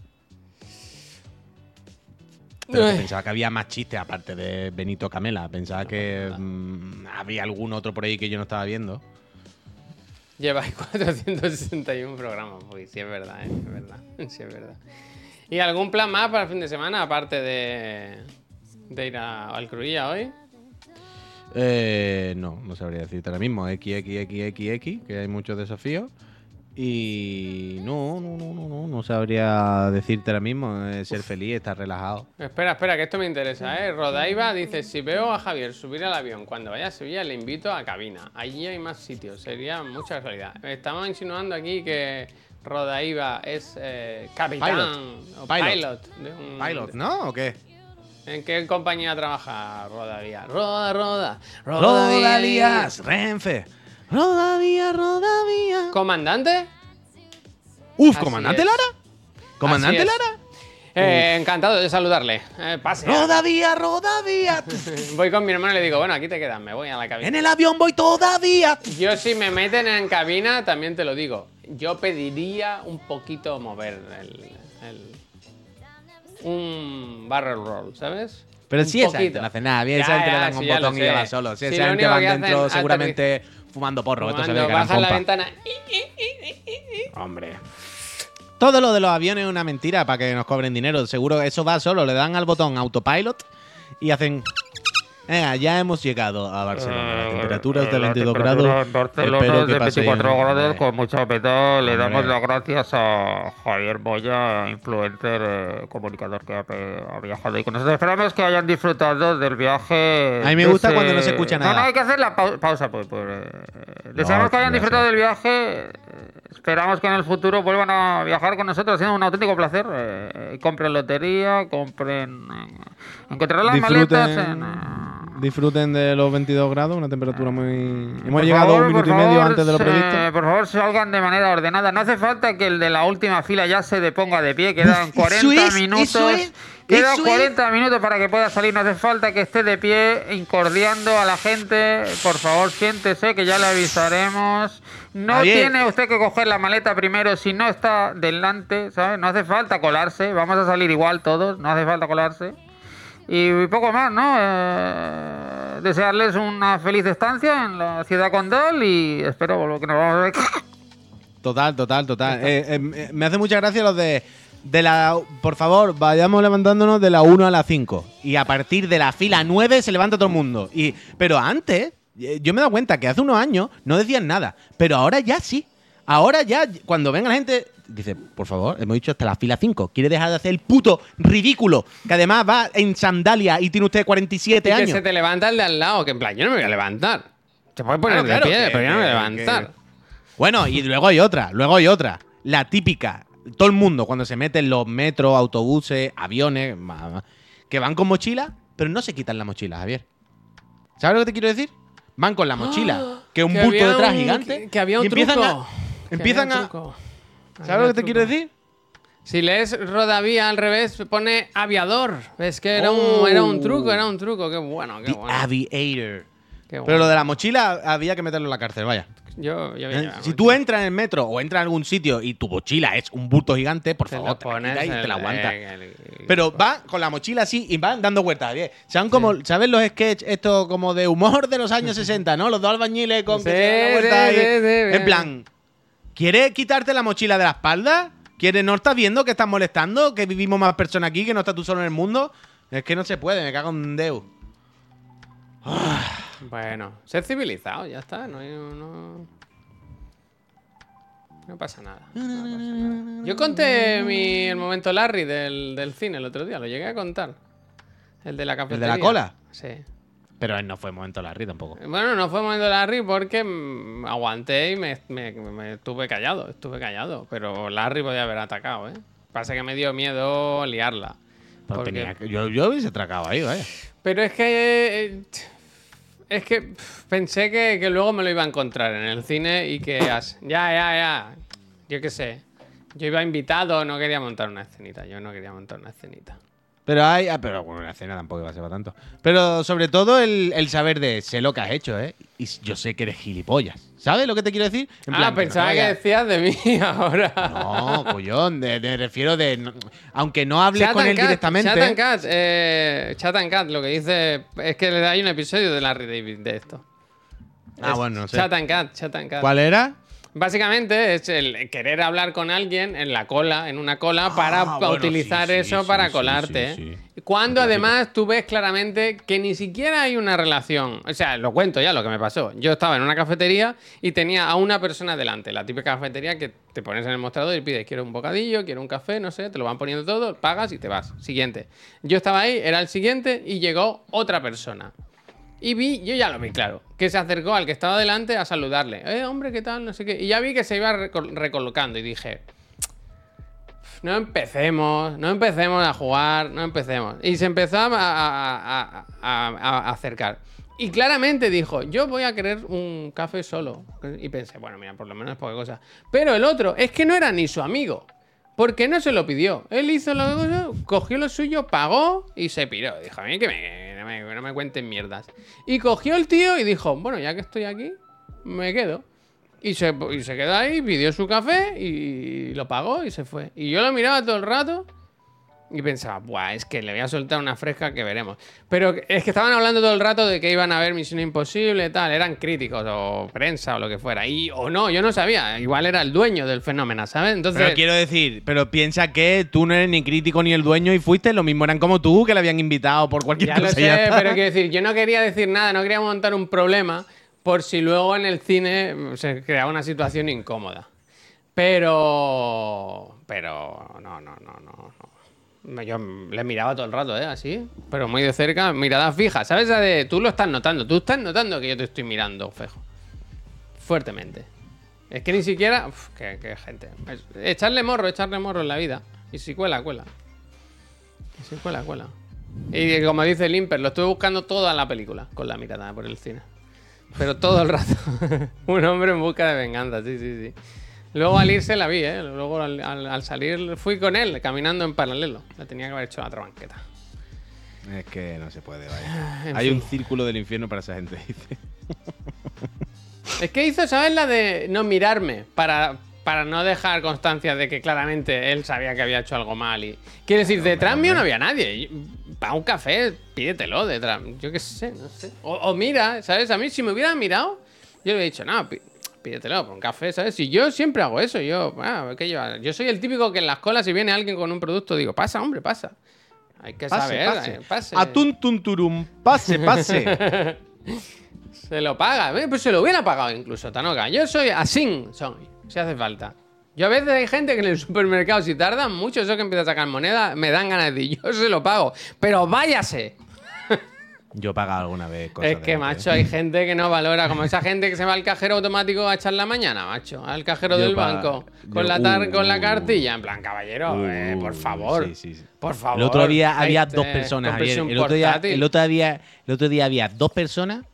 Pero que Ay. pensaba que había más chistes aparte de Benito Camela. Pensaba que mm, había algún otro por ahí que yo no estaba viendo. Lleváis cuatrocientos sesenta y uno programas, pues sí es verdad, ¿eh? Es verdad, sí es verdad. ¿Y algún plan más para el fin de semana, aparte de, de ir a, al Cruilla hoy? Eh, no, no sabría decirte ahora mismo. X, X, X, X, X, que hay muchos desafíos. Y no, no, no, no, no, no sabría decirte ahora mismo. eh, ser feliz, estar relajado. Espera, espera, que esto me interesa, ¿eh? Rodaiva dice, si veo a Javier subir al avión cuando vaya a Sevilla, le invito a cabina. Allí hay más sitios, sería mucha casualidad. Estamos insinuando aquí que Rodaiva es eh, capitán Pilot. o Pilot. pilot. de un- ¿Pilot, no? ¿O qué? ¿En qué compañía trabaja Rodavía? Roda, roda, Rodalías, Renfe. Rodavía, Rodavía. ¿Comandante? Uf, Así ¿comandante es. Lara? ¿Comandante Así es. Lara? Eh, encantado de saludarle. Eh, pase. Rodavía, Rodavía. Voy con mi hermano y le digo, bueno, aquí te quedas, me voy a la cabina. En el avión voy todavía. Yo si me meten en cabina, también te lo digo. Yo pediría un poquito mover el... el- un barrel roll, ¿sabes? Pero Un si esa poquito. gente no hace nada, bien, Ya, esa gente le ya, dan sí, un ya lo botón y sé. ya va solo. Si Sí, esa lo gente único van que hacen dentro es seguramente fumando porro. Esto se ve Cuando que harán bajas la pompa. ventana... Hombre. todo lo de los aviones es una mentira para que nos cobren dinero. Seguro que eso va solo, le dan al botón autopilot y hacen... Venga, ya hemos llegado a Barcelona. La temperatura es de veintidós grados. En Barcelona Espero es que de paséis- veinticuatro grados Hombre. con mucha peta. Le damos Hombre. las gracias a Javier Moya, influencer, eh, comunicador que ha, pe- ha viajado ahí con nosotros. Esperamos que hayan disfrutado del viaje. A mí me de gusta ese- cuando no se escucha No, nada. no, hay que hacer la pau- pausa. Pues, pues, eh, deseamos que hayan gracias. disfrutado del viaje. eh, Esperamos que en el futuro vuelvan a viajar con nosotros. Ha sido un auténtico placer. Eh, compren lotería, compren. eh, encontrarán las maletas en. eh, disfruten de los veintidós grados, una temperatura muy... Hemos Por llegado favor, un minuto por y medio favor, antes de lo se- previsto. Por favor, salgan de manera ordenada. No hace falta que el de la última fila ya se deponga de pie. Quedan Uf, cuarenta eso es, minutos. eso es, Quedan eso es. cuarenta minutos para que pueda salir. No hace falta que esté de pie incordiando a la gente. Por favor, siéntese que ya le avisaremos. No Javier. tiene usted que coger la maleta primero si no está delante, ¿sabes? No hace falta colarse. Vamos a salir igual todos. No hace falta colarse. Y poco más, ¿no? Eh, desearles una feliz estancia en la ciudad condal y espero volver- que nos vamos a ver. Total, total, total. Eh, eh, me hace mucha gracia los de... De la, por favor, vayamos levantándonos de la uno a la cinco. Y a partir de la fila nueve se levanta todo el mundo. Y, pero antes, eh, yo me he dado cuenta que hace unos años no decían nada. Pero ahora ya sí. Ahora ya, cuando venga la gente, dice, por favor, hemos dicho hasta la fila cinco. ¿Quiere dejar de hacer el puto ridículo? Que además va en sandalia y tiene usted cuarenta y siete Y que años. se te levanta el de al lado, que en plan, yo no me voy a levantar. Te puedes poner Claro, de claro, pie, que- pero yo no me voy a que- levantar. que- Bueno, y luego hay otra, luego hay otra. La típica. Todo el mundo cuando se mete en los metros, autobuses, aviones, ma- ma- que van con mochila, pero no se quitan la mochila, Javier. ¿Sabes lo que te quiero decir? Van con la mochila, que es un Que bulto había detrás un- gigante. Que, que había un y empiezan truco. a. Que Empiezan había a. un truco. ¿Sabes Había lo que un te quiero truco. decir? Si lees Rodavía al revés, pone aviador. Es que era, Oh. un, era un truco, era un truco. Qué bueno, qué The bueno. Aviator. Qué bueno. Pero lo de la mochila había que meterlo en la cárcel, vaya. Yo, yo, ¿Eh? yo- Si tú entras en el metro o entras en algún sitio y tu mochila es un bulto gigante, por te favor, lo te la pones quitas y te el- la aguantas. el- el- Pero va con la mochila así y van dando vueltas. Bien. Sean como, ¿sabes los sketches estos como de humor de los años sesenta, ¿no? Los dos albañiles con que Sí, se dan la vuelta sí, ahí. sí, sí, En bien. plan, ¿quieres quitarte la mochila de la espalda? ¿Quieres, no estás viendo que estás molestando? ¿Que vivimos más personas aquí? ¿Que no estás tú solo en el mundo? Es que no se puede, me cago en Deus. Bueno, ser civilizado, ya está. No, hay- no, no pasa nada. no pasa nada. Yo conté mi, el momento Larry del, del cine el otro día, lo llegué a contar. El de la ¿El de cafetería. la cola? Sí. Pero él no fue momento Larry tampoco. Bueno, no fue momento Larry porque mm, aguanté y me, me- me estuve callado, estuve callado. Pero Larry podía haber atacado, ¿eh? Pasa que me dio miedo liarla. Pero Porque- tenía que- yo, yo hubiese tracado ahí, vaya. Pero es que. eh, Es que pf, pensé que, que luego me lo iba a encontrar en el cine y que. as- Ya, ya, ya. Yo qué sé. Yo iba invitado, no quería montar una escenita. Yo no quería montar una escenita. Pero hay. Ah, pero bueno, la cena tampoco iba a ser para tanto. Pero sobre todo el, el saber de sé lo que has hecho, ¿eh? Y yo sé que eres gilipollas. ¿Sabes lo que te quiero decir? En ah, plan, pensaba no que vayas- decías de mí ahora. No, collón, de- me refiero de. no- aunque no hables Chat con and él Cat, directamente. Chat and Cat, eh, Chat and Cat, lo que dice es que hay un episodio de Larry David de esto. Ah, Es bueno, no sé. Chat and Cat, Chat and Cat. ¿Cuál era? Básicamente es el querer hablar con alguien en la cola, en una cola, para Ah, bueno, utilizar sí, sí, eso sí, para sí, colarte. sí, sí. Cuando además tú ves claramente que ni siquiera hay una relación. O sea, lo cuento ya lo que me pasó. Yo estaba en una cafetería y tenía a una persona delante. La típica cafetería que te pones en el mostrador y pides, quiero un bocadillo, quiero un café, no sé, te lo van poniendo todo, pagas y te vas. Siguiente. Yo estaba ahí, era el siguiente y llegó otra persona. Y vi, yo ya lo vi claro, que se acercó al que estaba delante a saludarle. Eh, hombre, ¿qué tal? No sé qué. Y ya vi que se iba reco- recolocando y dije, no empecemos, no empecemos a jugar, no empecemos. Y se empezó a, a- a- a- a acercar. Y claramente dijo, yo voy a querer un café solo. Y pensé, bueno, mira, por lo menos es poca cosa. Pero el otro, es que no era ni su amigo. Porque no se lo pidió. Él hizo lo que cogió lo suyo, pagó y se piró. Dijo, a mí que me, no, me, no me cuenten mierdas. Y cogió el tío y dijo, bueno, ya que estoy aquí, me quedo. Y se, y se quedó ahí, pidió su café y lo pagó y se fue. Y yo lo miraba todo el rato Y pensaba, buah, es que le voy a soltar una fresca que veremos. Pero es que estaban hablando todo el rato de que iban a ver Misión Imposible, tal. Eran críticos o prensa o lo que fuera. Y o no, yo no sabía. Igual era el dueño del fenómeno, ¿sabes? Entonces, Pero quiero decir, pero piensa que tú no eres ni crítico ni el dueño y fuiste, lo mismo eran como tú, que le habían invitado por cualquier ya cosa. lo sé, ya está. pero quiero decir, yo no quería decir nada, no quería montar un problema por si luego en el cine se creaba una situación incómoda. Pero... Pero... No, no, no, no. no. Yo le miraba todo el rato, ¿eh? Así, pero muy de cerca, mirada fija. ¿Sabes? Esa de, tú lo estás notando, tú estás notando que yo te estoy mirando, fejo. Fuertemente. Es que ni siquiera... Uf, qué, qué gente. Es- echarle morro, echarle morro en la vida. Y si cuela, cuela. Y si cuela, cuela. Y como dice Limper, lo estuve buscando toda la película con la mirada por el cine. Pero todo el rato. Un hombre en busca de venganza, sí, sí, sí. Luego al irse la vi, ¿eh? Luego al, al- al salir fui con él, caminando en paralelo. Le tenía que haber hecho la otra banqueta. Es que no se puede, vaya. En Hay fin. un círculo del infierno para esa gente, dice. Es que hizo, ¿sabes? La de no mirarme para, para no dejar constancia de que claramente él sabía que había hecho algo mal. Y quiero decir, detrás mío no había nadie. Para un café, pídetelo detrás. Yo qué sé, no sé. O, o mira, ¿sabes? A mí si me hubieran mirado, yo le hubiera dicho, no, pí- pídetelo por un café, ¿sabes? Si yo siempre hago eso, yo, ah, ¿qué lleva? Yo soy el típico que en las colas, si viene alguien con un producto, digo, pasa, hombre, pasa. Hay que Pase, saber, pase. eh, pase. Atún, tun, turum. Pase, pase. Se lo paga, eh, pues se lo hubiera pagado incluso, Tanoka. Yo soy así, soy, si hace falta. Yo a veces hay gente que en el supermercado, si tardan mucho, eso que empieza a sacar moneda, me dan ganas de decir, yo se lo pago. Pero váyase. Yo he pagado alguna vez cosas Es de que, gente, macho, ¿eh? hay gente que no valora, como esa gente que se va al cajero automático a echar la mañana, macho. Al cajero Yo del pa- banco, con, yo- la tar- uh, con la uh, cartilla. En plan, caballero, uh, eh, por uh, favor. sí, sí, sí. Por favor. El otro día había Este, dos personas, cómprese Javier. un El otro, día, portátil. el, otro día, el otro día había dos personas.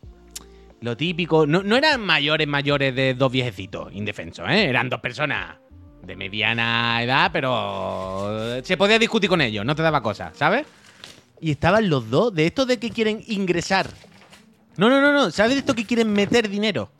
Lo típico. No, no eran mayores, mayores de dos viejecitos indefensos, ¿eh? Eran dos personas de mediana edad, pero se podía discutir con ellos, no te daba cosa, ¿sabes? Y estaban los dos, de estos de que quieren ingresar. No, no, no, no. ¿Sabes de estos que quieren meter dinero?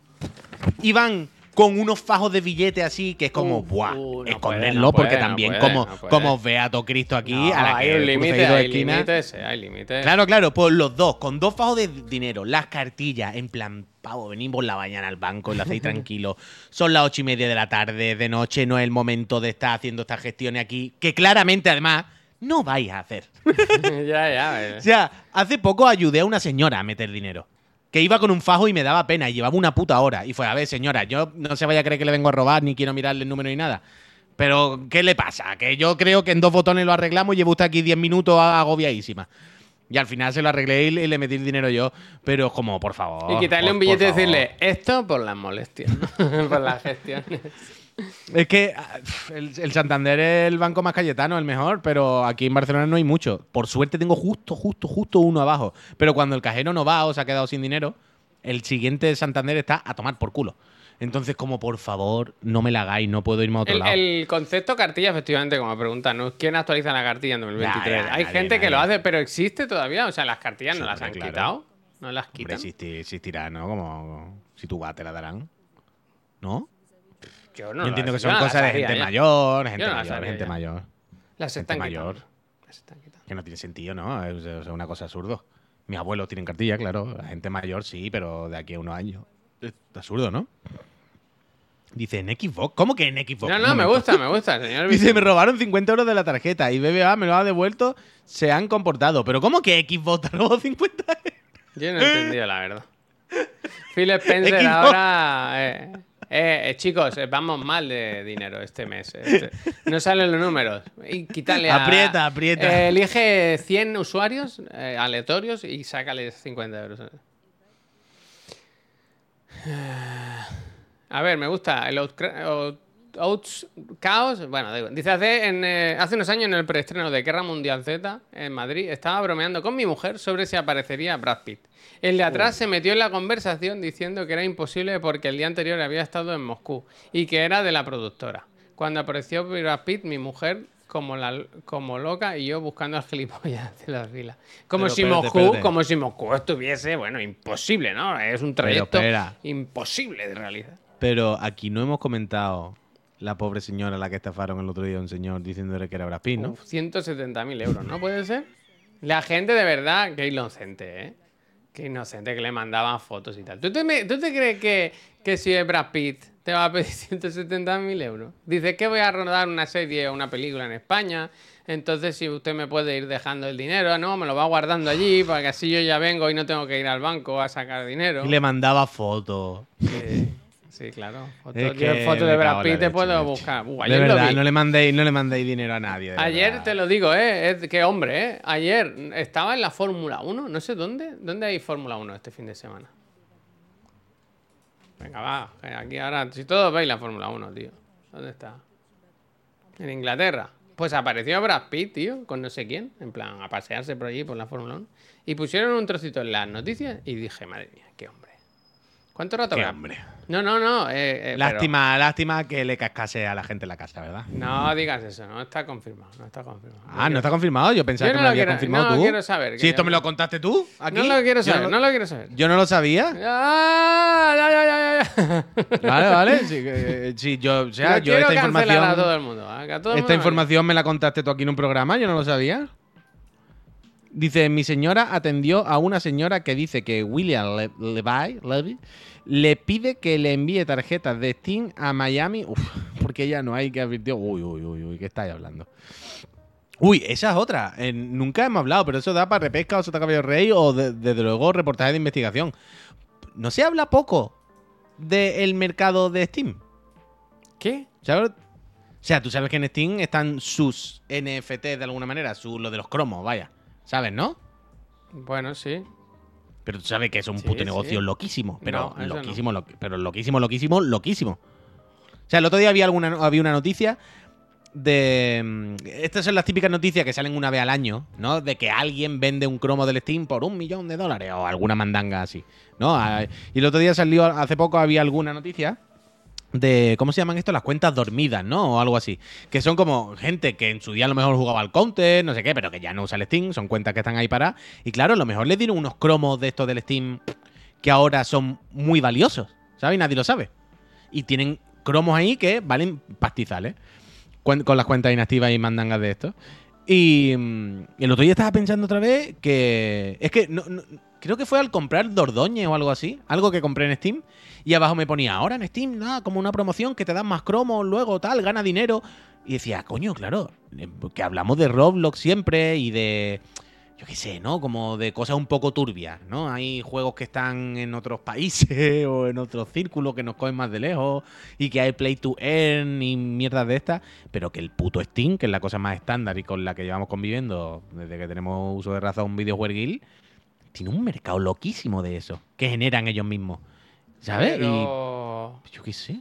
Y van con unos fajos de billetes así, que es como, Uh, ¡buah! uh, no esconderlo, puede, no porque puede, también, no puede, como, no puede. como os ve a todo Cristo aquí, No, a la hay que un cruce límite, ahí dos hay esquinas. límites, eh, hay límites. Claro, claro, pues los dos, con dos fajos de dinero, las cartillas, en plan, pavo, venimos por la mañana al banco y lo hacéis tranquilo. Son las ocho y media de la tarde, de noche, no es el momento de estar haciendo estas gestiones aquí, que claramente, además, no vais a hacer. ya, ya. eh. O sea, hace poco ayudé a una señora a meter dinero. Que iba con un fajo y me daba pena y llevaba una puta hora. Y fue, a ver, señora, yo no se vaya a creer que le vengo a robar ni quiero mirarle el número ni nada. Pero, ¿qué le pasa? Que yo creo que en dos botones lo arreglamos y llevo usted aquí diez minutos agobiadísima. Y al final se lo arreglé y le metí el dinero yo. Pero como, por favor. Y quitarle por- un billete y por favor. decirle, esto por las molestias, ¿no? por las gestiones. Es que ah, el, el Santander es el banco más cayetano, el mejor, pero aquí en Barcelona no hay mucho. Por suerte tengo justo, justo, justo uno abajo. Pero cuando el cajero no va o se ha quedado sin dinero, el siguiente Santander está a tomar por culo. Entonces, como por favor, no me la hagáis, no puedo irme a otro El, lado. el concepto cartilla, efectivamente, como me preguntan, ¿no? ¿Quién actualiza la cartilla en dos mil veintitrés? Ya, ya, Hay nadie, gente que lo nadie. hace, pero ¿existe todavía? O sea, las cartillas Sí, no las hombre, han claro. quitado. ¿No las Hombre, quitan? existi- existirá, ¿no? Como si tú vas, te la darán. ¿No? Yo no Yo entiendo que las- son yo no las cosas de sabía gente ya. mayor, gente Yo no las mayor, sabía gente ya. mayor. Las gente están mayor. quitando. Las están quitando. Que no tiene sentido, ¿no? Es, es una cosa absurdo. Mis abuelos tienen cartilla, claro. La gente mayor sí, pero de aquí a unos años. Es absurdo, ¿no? Dice, en Xbox. ¿Cómo que en Xbox? No, Un no, me momento. gusta, me gusta, señor. Dice, Vicente. me robaron cincuenta euros de la tarjeta y B B A me lo ha devuelto, se han comportado. ¿Pero cómo que Xbox te robó cincuenta euros? Yo no he entendido, la verdad. Phil Spencer Xbox. ahora... Eh, eh, eh, chicos, eh, vamos mal de dinero este mes. este. No salen los números. Y quítale a... Aprieta, aprieta. eh, elige cien usuarios eh, aleatorios y sácales cincuenta euros. A ver, me gusta el Outcra- Out- Outs Chaos. Bueno, da igual. Dice, hace, en, eh, hace unos años en el preestreno de Guerra Mundial Z en Madrid, estaba bromeando con mi mujer sobre si aparecería Brad Pitt. El de atrás se metió en la conversación diciendo que era imposible porque el día anterior había estado en Moscú y que era de la productora. Cuando apareció Brad Pitt, mi mujer como, la, como loca y yo buscando al gilipollas de la fila. Como Pero si espérate, Moscú, espérate. como si Moscú estuviese, bueno, imposible, ¿no? Es un Pero trayecto espera. imposible de realizar. Pero aquí no hemos comentado la pobre señora a la que estafaron el otro día un señor diciéndole que era Brad Pitt, ¿no? Uf, ciento setenta mil euros, ¿no puede ser? La gente de verdad, qué inocente, ¿eh? Qué inocente que le mandaban fotos y tal. ¿Tú te, me- tú te crees que, que si es Brad Pitt te va a pedir ciento setenta mil euros? Dices que voy a rodar una serie o una película en España, entonces si usted me puede ir dejando el dinero, no, me lo va guardando allí para que así yo ya vengo y no tengo que ir al banco a sacar dinero. Y le mandaba fotos. Sí, sí, claro. Fotos, Es yo que fotos me de cago Brad en Pitt la te leche, puedo macho. buscar. Uh, De ayer lo verdad, vi. no le mandéis, no le mandéis dinero a nadie. de Ayer verdad. te lo digo, ¿eh? Es que hombre, ¿eh? Ayer estaba en la Fórmula uno, no sé dónde. ¿Dónde hay Fórmula uno este fin de semana? Venga, va. que Aquí ahora, si todos veis la Fórmula uno, tío. ¿Dónde está? En Inglaterra. Pues apareció Brad Pitt, tío, con no sé quién. En plan, a pasearse por allí, por la Fórmula uno. Y pusieron un trocito en las noticias y dije, madre mía, qué hombre. ¿Cuánto rato Qué graba? hombre. No, no, no. eh, eh, pero- Lástima, lástima que le cascase a la gente en la casa, ¿verdad? No digas eso, no está confirmado. No está confirmado. Ah, no está confirmado. Yo pensaba Yo que no me lo lo habías quiero- confirmado no tú. quiero saber, que Si esto yo me no- lo contaste tú, aquí. No lo quiero Yo saber, no, no lo quiero saber. yo no lo sabía. Ah, ya, ya, ya, ya, ya. Vale, vale. Sí, que- sí, yo, o sea, No yo quiero esta cancelar a todo información, el mundo. ¿eh? Que a todo el esta mundo información me la contaste tú aquí en un programa. Yo no lo sabía. Dice, mi señora atendió a una señora que dice que William Le- Levi, Levy le pide que le envíe tarjetas de Steam a Miami. Uf, porque ella no hay que advirtió. Uy, uy, uy, uy, ¿qué estáis hablando? Uy, esa es otra. Eh, nunca hemos hablado, pero eso da para repesca o Sota Caballo Rey o de- desde luego reportaje de investigación. No se habla poco del mercado de Steam. ¿Qué? ¿Sabes? O sea, tú sabes que en Steam están sus N F T de alguna manera, su, lo de los cromos, vaya. ¿Sabes, no? Bueno, sí. Pero tú sabes que es un Sí, puto sí. negocio loquísimo. Pero No, eso loquísimo, lo- pero loquísimo, loquísimo, loquísimo. O sea, el otro día había, alguna, había una noticia de... mm, Estas son las típicas noticias que salen una vez al año, ¿no? De que alguien vende un cromo del Steam por un millón de dólares o alguna mandanga así, ¿no? Ah, Y el otro día salió, hace poco había alguna noticia de, ¿cómo se llaman esto? Las cuentas dormidas, ¿no? O algo así. Que son como gente que en su día a lo mejor jugaba al Counter, no sé qué, pero que ya no usa el Steam, son cuentas que están ahí paradas. Y claro, a lo mejor les dieron unos cromos de estos del Steam que ahora son muy valiosos, ¿sabes? Y nadie lo sabe. Y tienen cromos ahí que valen pastizales cuen- con las cuentas inactivas y mandangas de esto. Y mm, el otro día estaba pensando otra vez que... Es que no, no- creo que fue al comprar Dordogne o algo así. Algo que compré en Steam. Y abajo me ponía, ahora en Steam, nada, como una promoción que te dan más cromos, luego tal, gana dinero. Y decía, coño, claro, eh, que hablamos de Roblox siempre y de... Yo qué sé, ¿no? Como de cosas un poco turbias, ¿no? Hay juegos que están en otros países o en otros círculos que nos cogen más de lejos y que hay play to earn y mierdas de estas, pero que el puto Steam, que es la cosa más estándar y con la que llevamos conviviendo desde que tenemos uso de razón videojueguil, tiene un mercado loquísimo de eso, que generan ellos mismos, ¿sabes? Pero... Y yo qué sé.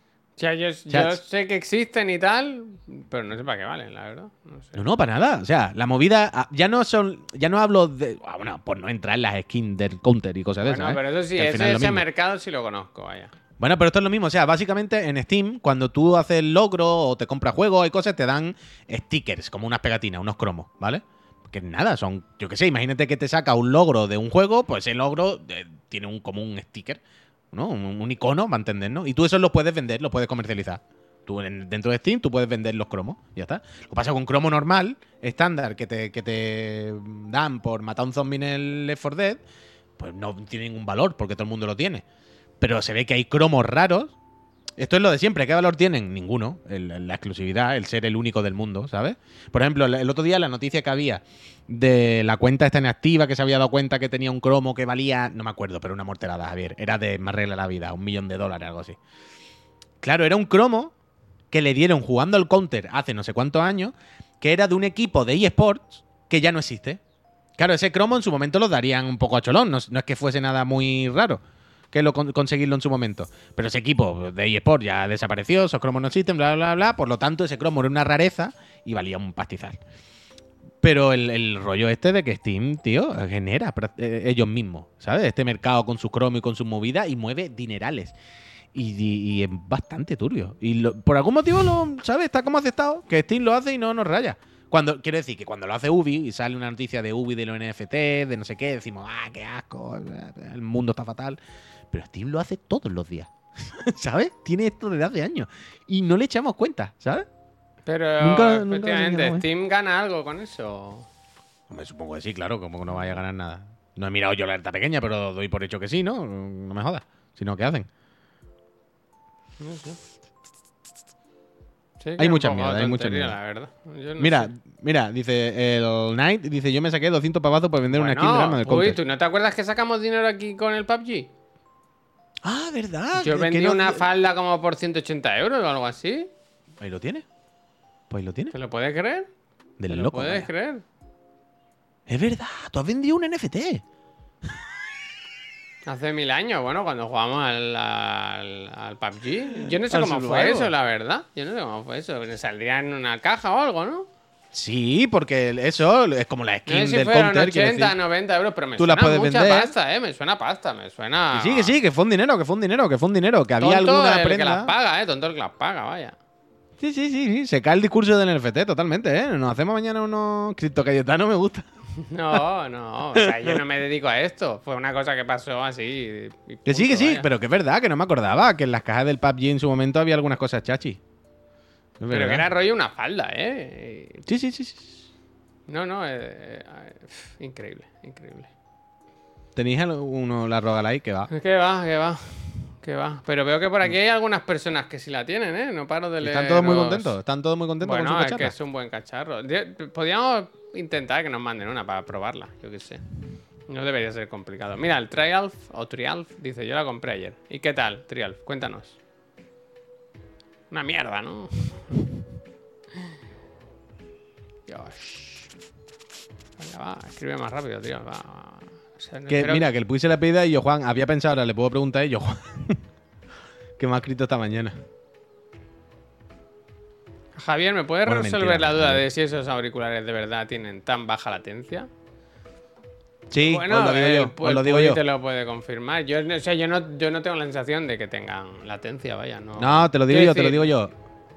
O sea, yo, sea, yo sé que existen y tal, pero no sé para qué valen, la verdad. No sé. No, no, para nada. O sea, la movida. ah, Ya no son. Ya no hablo de. ah, Bueno, por no entrar en las skins del counter y cosas de Bueno, esas. ¿eh? pero eso sí, Que al ese, final es lo ese mismo. mercado sí lo conozco, vaya. Bueno, pero esto es lo mismo. O sea, básicamente en Steam, cuando tú haces logro o te compras juegos y cosas, te dan stickers, como unas pegatinas, unos cromos, ¿vale? Que nada, son. Yo qué sé, imagínate que te saca un logro de un juego, pues ese logro eh, tiene un, como un sticker, ¿no? Un, un icono, va a entender, ¿no? Y tú eso lo puedes vender, lo puedes comercializar. Tú en- dentro de Steam tú puedes vender los cromos, ya está. Lo que pasa con un cromo normal, estándar, que te, que te dan por matar a un zombie en el Left four Dead, pues no tiene ningún valor, porque todo el mundo lo tiene. Pero se ve que hay cromos raros. Esto es lo de siempre. ¿Qué valor tienen? Ninguno. El- la exclusividad, el ser el único del mundo, ¿sabes? Por ejemplo, el, el otro día la noticia que había de la cuenta esta inactiva que se había dado cuenta que tenía un cromo que valía, no me acuerdo, pero una morterada, Javier. Era de más regla la vida, un millón de dólares, algo así. Claro, era un cromo que le dieron jugando al Counter hace no sé cuántos años, que era de un equipo de eSports que ya no existe. Claro, ese cromo en su momento lo darían un poco a cholón, no, no es que fuese nada muy raro que lo con- conseguirlo en su momento. Pero ese equipo de eSports ya desapareció, esos cromos no existen, bla, bla, bla, por lo tanto ese cromo era una rareza y valía un pastizal. Pero el, el rollo este de que Steam, tío, genera pra- eh, ellos mismos, ¿sabes? Este mercado con sus cromos y con sus movidas y mueve dinerales. Y, y- y es bastante turbio. Y lo- por algún motivo, lo, ¿sabes? Está como aceptado que Steam lo hace y no nos raya. Cuando, quiero decir que cuando lo hace Ubi y sale una noticia de Ubi de los N F T, de no sé qué, decimos, ah, qué asco, el mundo está fatal. Pero Steam lo hace todos los días. ¿Sabes? Tiene esto desde hace años. Y no le echamos cuenta, ¿sabes? Pero, Nunca- nunca efectivamente, lo señalamos, ¿eh? ¿Steam gana algo con eso? Hombre, supongo que sí, claro, como que no vaya a ganar nada. No he mirado yo la alerta pequeña, pero doy por hecho que sí, ¿no? No me jodas. Si no, ¿qué hacen? No sé. Sí, que Hay es un mucha poco mierda, hay mucha tontería, mierda. la verdad. Yo no Mira, sé. mira, dice el Knight, dice, yo me saqué doscientos pavazos por vender una skin Bueno, drama del uy, Counter. ¿tú no te acuerdas que sacamos dinero aquí con el P U B G? Ah, ¿verdad? Yo Que- vendí que no- una falda como por ciento ochenta euros o algo así. Ahí lo tiene. Pues ahí lo tiene. ¿Te lo puedes creer? Del ¿Te lo loco. puedes vaya. creer? Es verdad, tú has vendido un N F T. Hace mil años, bueno, cuando jugamos al, al, al P U B G. Yo no sé Al cómo fue Survival. eso, la verdad. Yo no sé cómo fue eso. Saldría en una caja o algo, ¿no? Sí, porque eso es como la No skin sé si del fueron Counter. quiero ochenta, decir. noventa euros, pero me Tú la suena puedes mucha vender. pasta, ¿eh? Me suena pasta, me suena... Que sí, que sí, que fue un dinero, que fue un dinero, que fue un dinero, que había Tonto alguna el que las prenda. paga, ¿eh? Tonto el que las paga, vaya. Sí, sí, sí, sí, se cae el discurso del N F T totalmente, ¿eh? Nos hacemos mañana unos Cripto Cayetano, me gusta. No, no, o sea, yo no me dedico a esto. Fue una cosa que pasó así. y Que sí, que punto, sí, vaya. pero que es verdad, que no me acordaba que en las cajas del P U B G en su momento había algunas cosas chachi. Es Pero verdad. que era rollo una falda, ¿eh? Sí, sí, sí, sí. No, no, eh, eh, pf, increíble, increíble. Tenéis al- uno, la rogalike que va. ¿Qué va, qué va? ¿Qué va? Pero veo que por aquí hay algunas personas que sí la tienen, ¿eh? No paro de leer. Están todos muy contentos, están todos muy contentos Bueno, con su es que cacharra. es un buen cacharro. De- Podríamos intentar que nos manden una para probarla, yo qué sé. No debería ser complicado. Mira, el Trialf o Trialf dice, yo la compré ayer. ¿Y qué tal, Trialf? Cuéntanos. Una mierda, ¿no? Dios. Venga, va, escribe más rápido, tío. Va, va. O sea, no- Que, creo- mira, que el Puy se la pida y yo, Juan, había pensado, ahora le puedo preguntar a ellos, Juan. que me ha escrito esta mañana. Javier, ¿me puedes Bueno, resolver mentira, la duda Javier. de si esos auriculares de verdad tienen tan baja latencia? Sí, os lo digo el- yo, el os lo digo Puy yo. te lo puede confirmar. Yo, no- o sea, yo, no, yo no tengo la sensación de que tengan latencia, vaya. No, No, te lo digo Quiero yo, te lo decir, digo yo.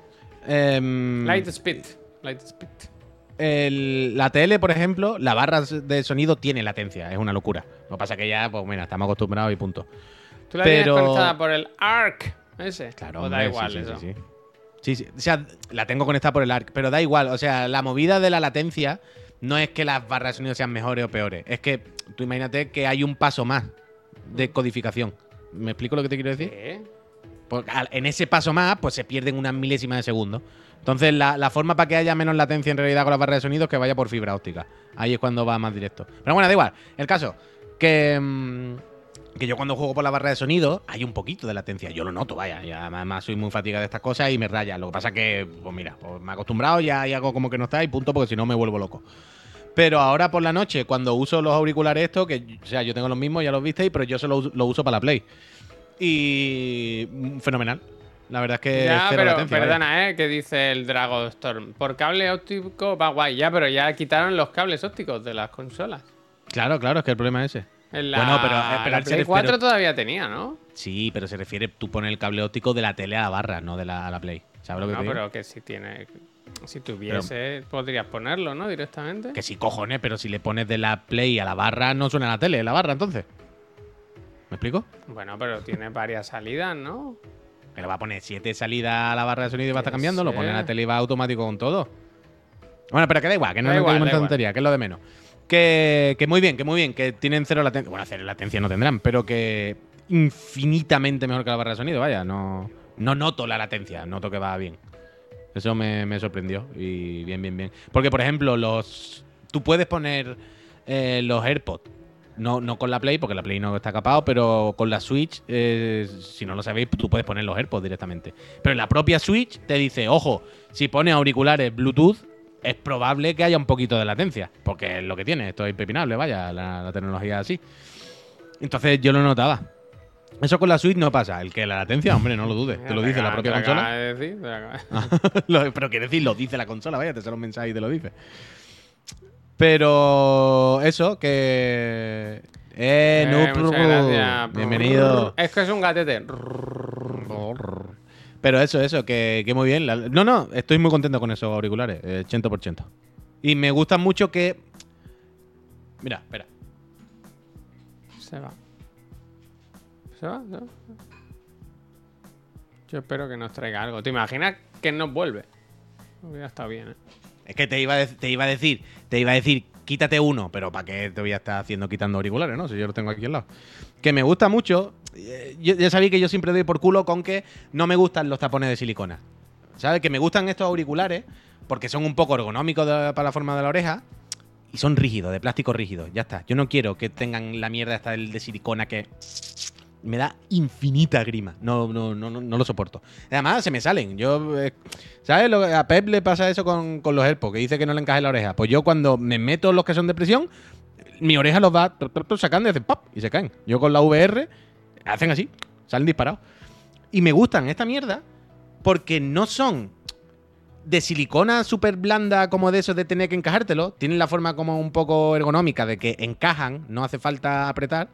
Em, Light speed. Light speed. el- la tele, por ejemplo, la barra de sonido tiene latencia, es una locura. Lo que pasa que ya, pues mira, estamos acostumbrados y punto. ¿Tú la Pero- tienes conectada por el ARC ese? Claro, ¿O hombre, da sí, igual sí, eso? Sí, sí. Sí, sí. O sea, la tengo conectada por el ARC, pero da igual. O sea, la movida de la latencia no es que las barras de sonido sean mejores o peores. Es que tú imagínate que hay un paso más de codificación. ¿Me explico lo que te quiero decir? ¿Qué? Porque al- en ese paso más, pues se pierden unas milésimas de segundo. Entonces, la, la forma para que haya menos latencia en realidad con las barras de sonido es que vaya por fibra óptica. Ahí es cuando va más directo. Pero bueno, da igual. El caso, que, mm, que yo cuando juego por la barra de sonido hay un poquito de latencia. Yo lo noto, vaya. Ya, además, soy muy fatigado de estas cosas y me raya. Lo que pasa que, pues mira, pues me he acostumbrado ya y hago como que no está y punto, porque si no me vuelvo loco. Pero ahora por la noche, cuando uso los auriculares estos, que o sea, yo tengo los mismos, ya los visteis, pero yo solo los uso para la Play. Y mm, fenomenal. La verdad es que Ya, cero pero latencia, vaya. perdona, ¿eh? Que dice el Dragostorm. Por cable óptico va guay, ya, pero ya quitaron los cables ópticos de las consolas. Claro, claro, es que el problema es ese. En la, Bueno, pero, eh, pero la él se Play ref- cuatro pero- todavía tenía, ¿no? Sí, pero se refiere, tú pones el cable óptico de la tele a la barra, no de la, a la Play. ¿Sabes lo que No, te digo? pero que si tiene. Si tuviese, podrías ponerlo, ¿no? Directamente. Que sí, cojones, pero si le pones de la Play a la barra, no suena la tele, la barra, entonces. ¿Me explico? Bueno, pero tiene varias salidas, ¿no? Pero va a poner siete salidas a la barra de sonido y va a estar Que cambiando, lo sé. pone en la tele y va automático con todo. Bueno, pero que da igual, que no Da nos igual, metemos en da tanta igual. tontería, que es lo de menos. Que, que muy bien, que muy bien, que tienen cero latencia. Bueno, cero latencia no tendrán, pero que infinitamente mejor que la barra de sonido, vaya. No, no noto la latencia, noto que va bien. Eso me, me sorprendió y bien, bien, bien. Porque, por ejemplo, los tú puedes poner eh, los AirPods, no, no con la Play, porque la Play no está capado, pero con la Switch, eh, si no lo sabéis, tú puedes poner los AirPods directamente. Pero en la propia Switch te dice, ojo, si pones auriculares Bluetooth, es probable que haya un poquito de latencia, porque es lo que tiene, esto es impepinable, vaya, la, la tecnología así. Entonces yo lo notaba. Eso con la Switch no pasa. El que la latencia, hombre, no lo dudes. Te lo dice la acaba- propia te consola. acaba de decir, te acaba- Lo- pero quiere decir, lo dice la consola, vaya, te sale un mensaje y te lo dice. Pero eso, que. Eh, Eh, Noob, muchas gracias. bienvenido. Es que es un gatete. Pero eso, eso, que, que muy bien. La- no, no, estoy muy contento con esos auriculares, eh, cien por ciento. Y me gusta mucho que. Mira, espera. Se va. Se va, se va. Yo espero que nos traiga algo. ¿Te imaginas que nos vuelve? Hubiera estado bien, ¿eh? Es que te iba, a, te iba a decir, te iba a decir, quítate uno, pero ¿para qué te voy a estar haciendo quitando auriculares, no? Si yo lo tengo aquí al lado. Que me gusta mucho. eh, Yo, ya sabéis que yo siempre doy por culo con que no me gustan los tapones de silicona. ¿Sabes? Que me gustan estos auriculares porque son un poco ergonómicos de- para la forma de la oreja y son rígidos, de plástico rígido. Ya está. Yo no quiero que tengan la mierda esta del de silicona que me da infinita grima. No, no, no, no, no lo soporto. Además, se me salen. Yo, eh, ¿sabes? Lo- a Pep le pasa eso con, con los AirPods, que dice que no le encaja en la oreja. Pues yo cuando me meto los que son de presión, mi oreja los va tru, tru, tru, sacando y hacen pop y se caen. Yo con la V R hacen así, salen disparados. Y me gustan esta mierda porque no son de silicona súper blanda como de esos de tener que encajártelo. Tienen la forma como un poco ergonómica de que encajan, no hace falta apretar.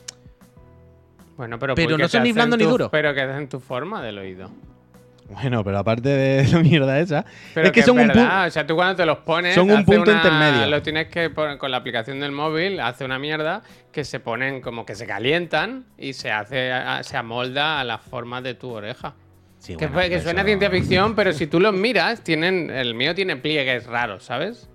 Bueno, pero, Pero porque no son te ni hacen blando ni tu- duro. Pero que hacen tu forma del oído. Bueno, pero aparte de la mierda esa, Pero es que, son un verdad, punto. O sea, tú cuando te los pones. Son un hace punto una- intermedio. Lo tienes que poner con la aplicación del móvil, hace una mierda que se ponen como que se calientan y se hace a- se amolda a las formas de tu oreja. Sí, que bueno, fue- que eso- suena a ciencia ficción, pero si tú los miras, tienen. El mío tiene pliegues raros, ¿sabes?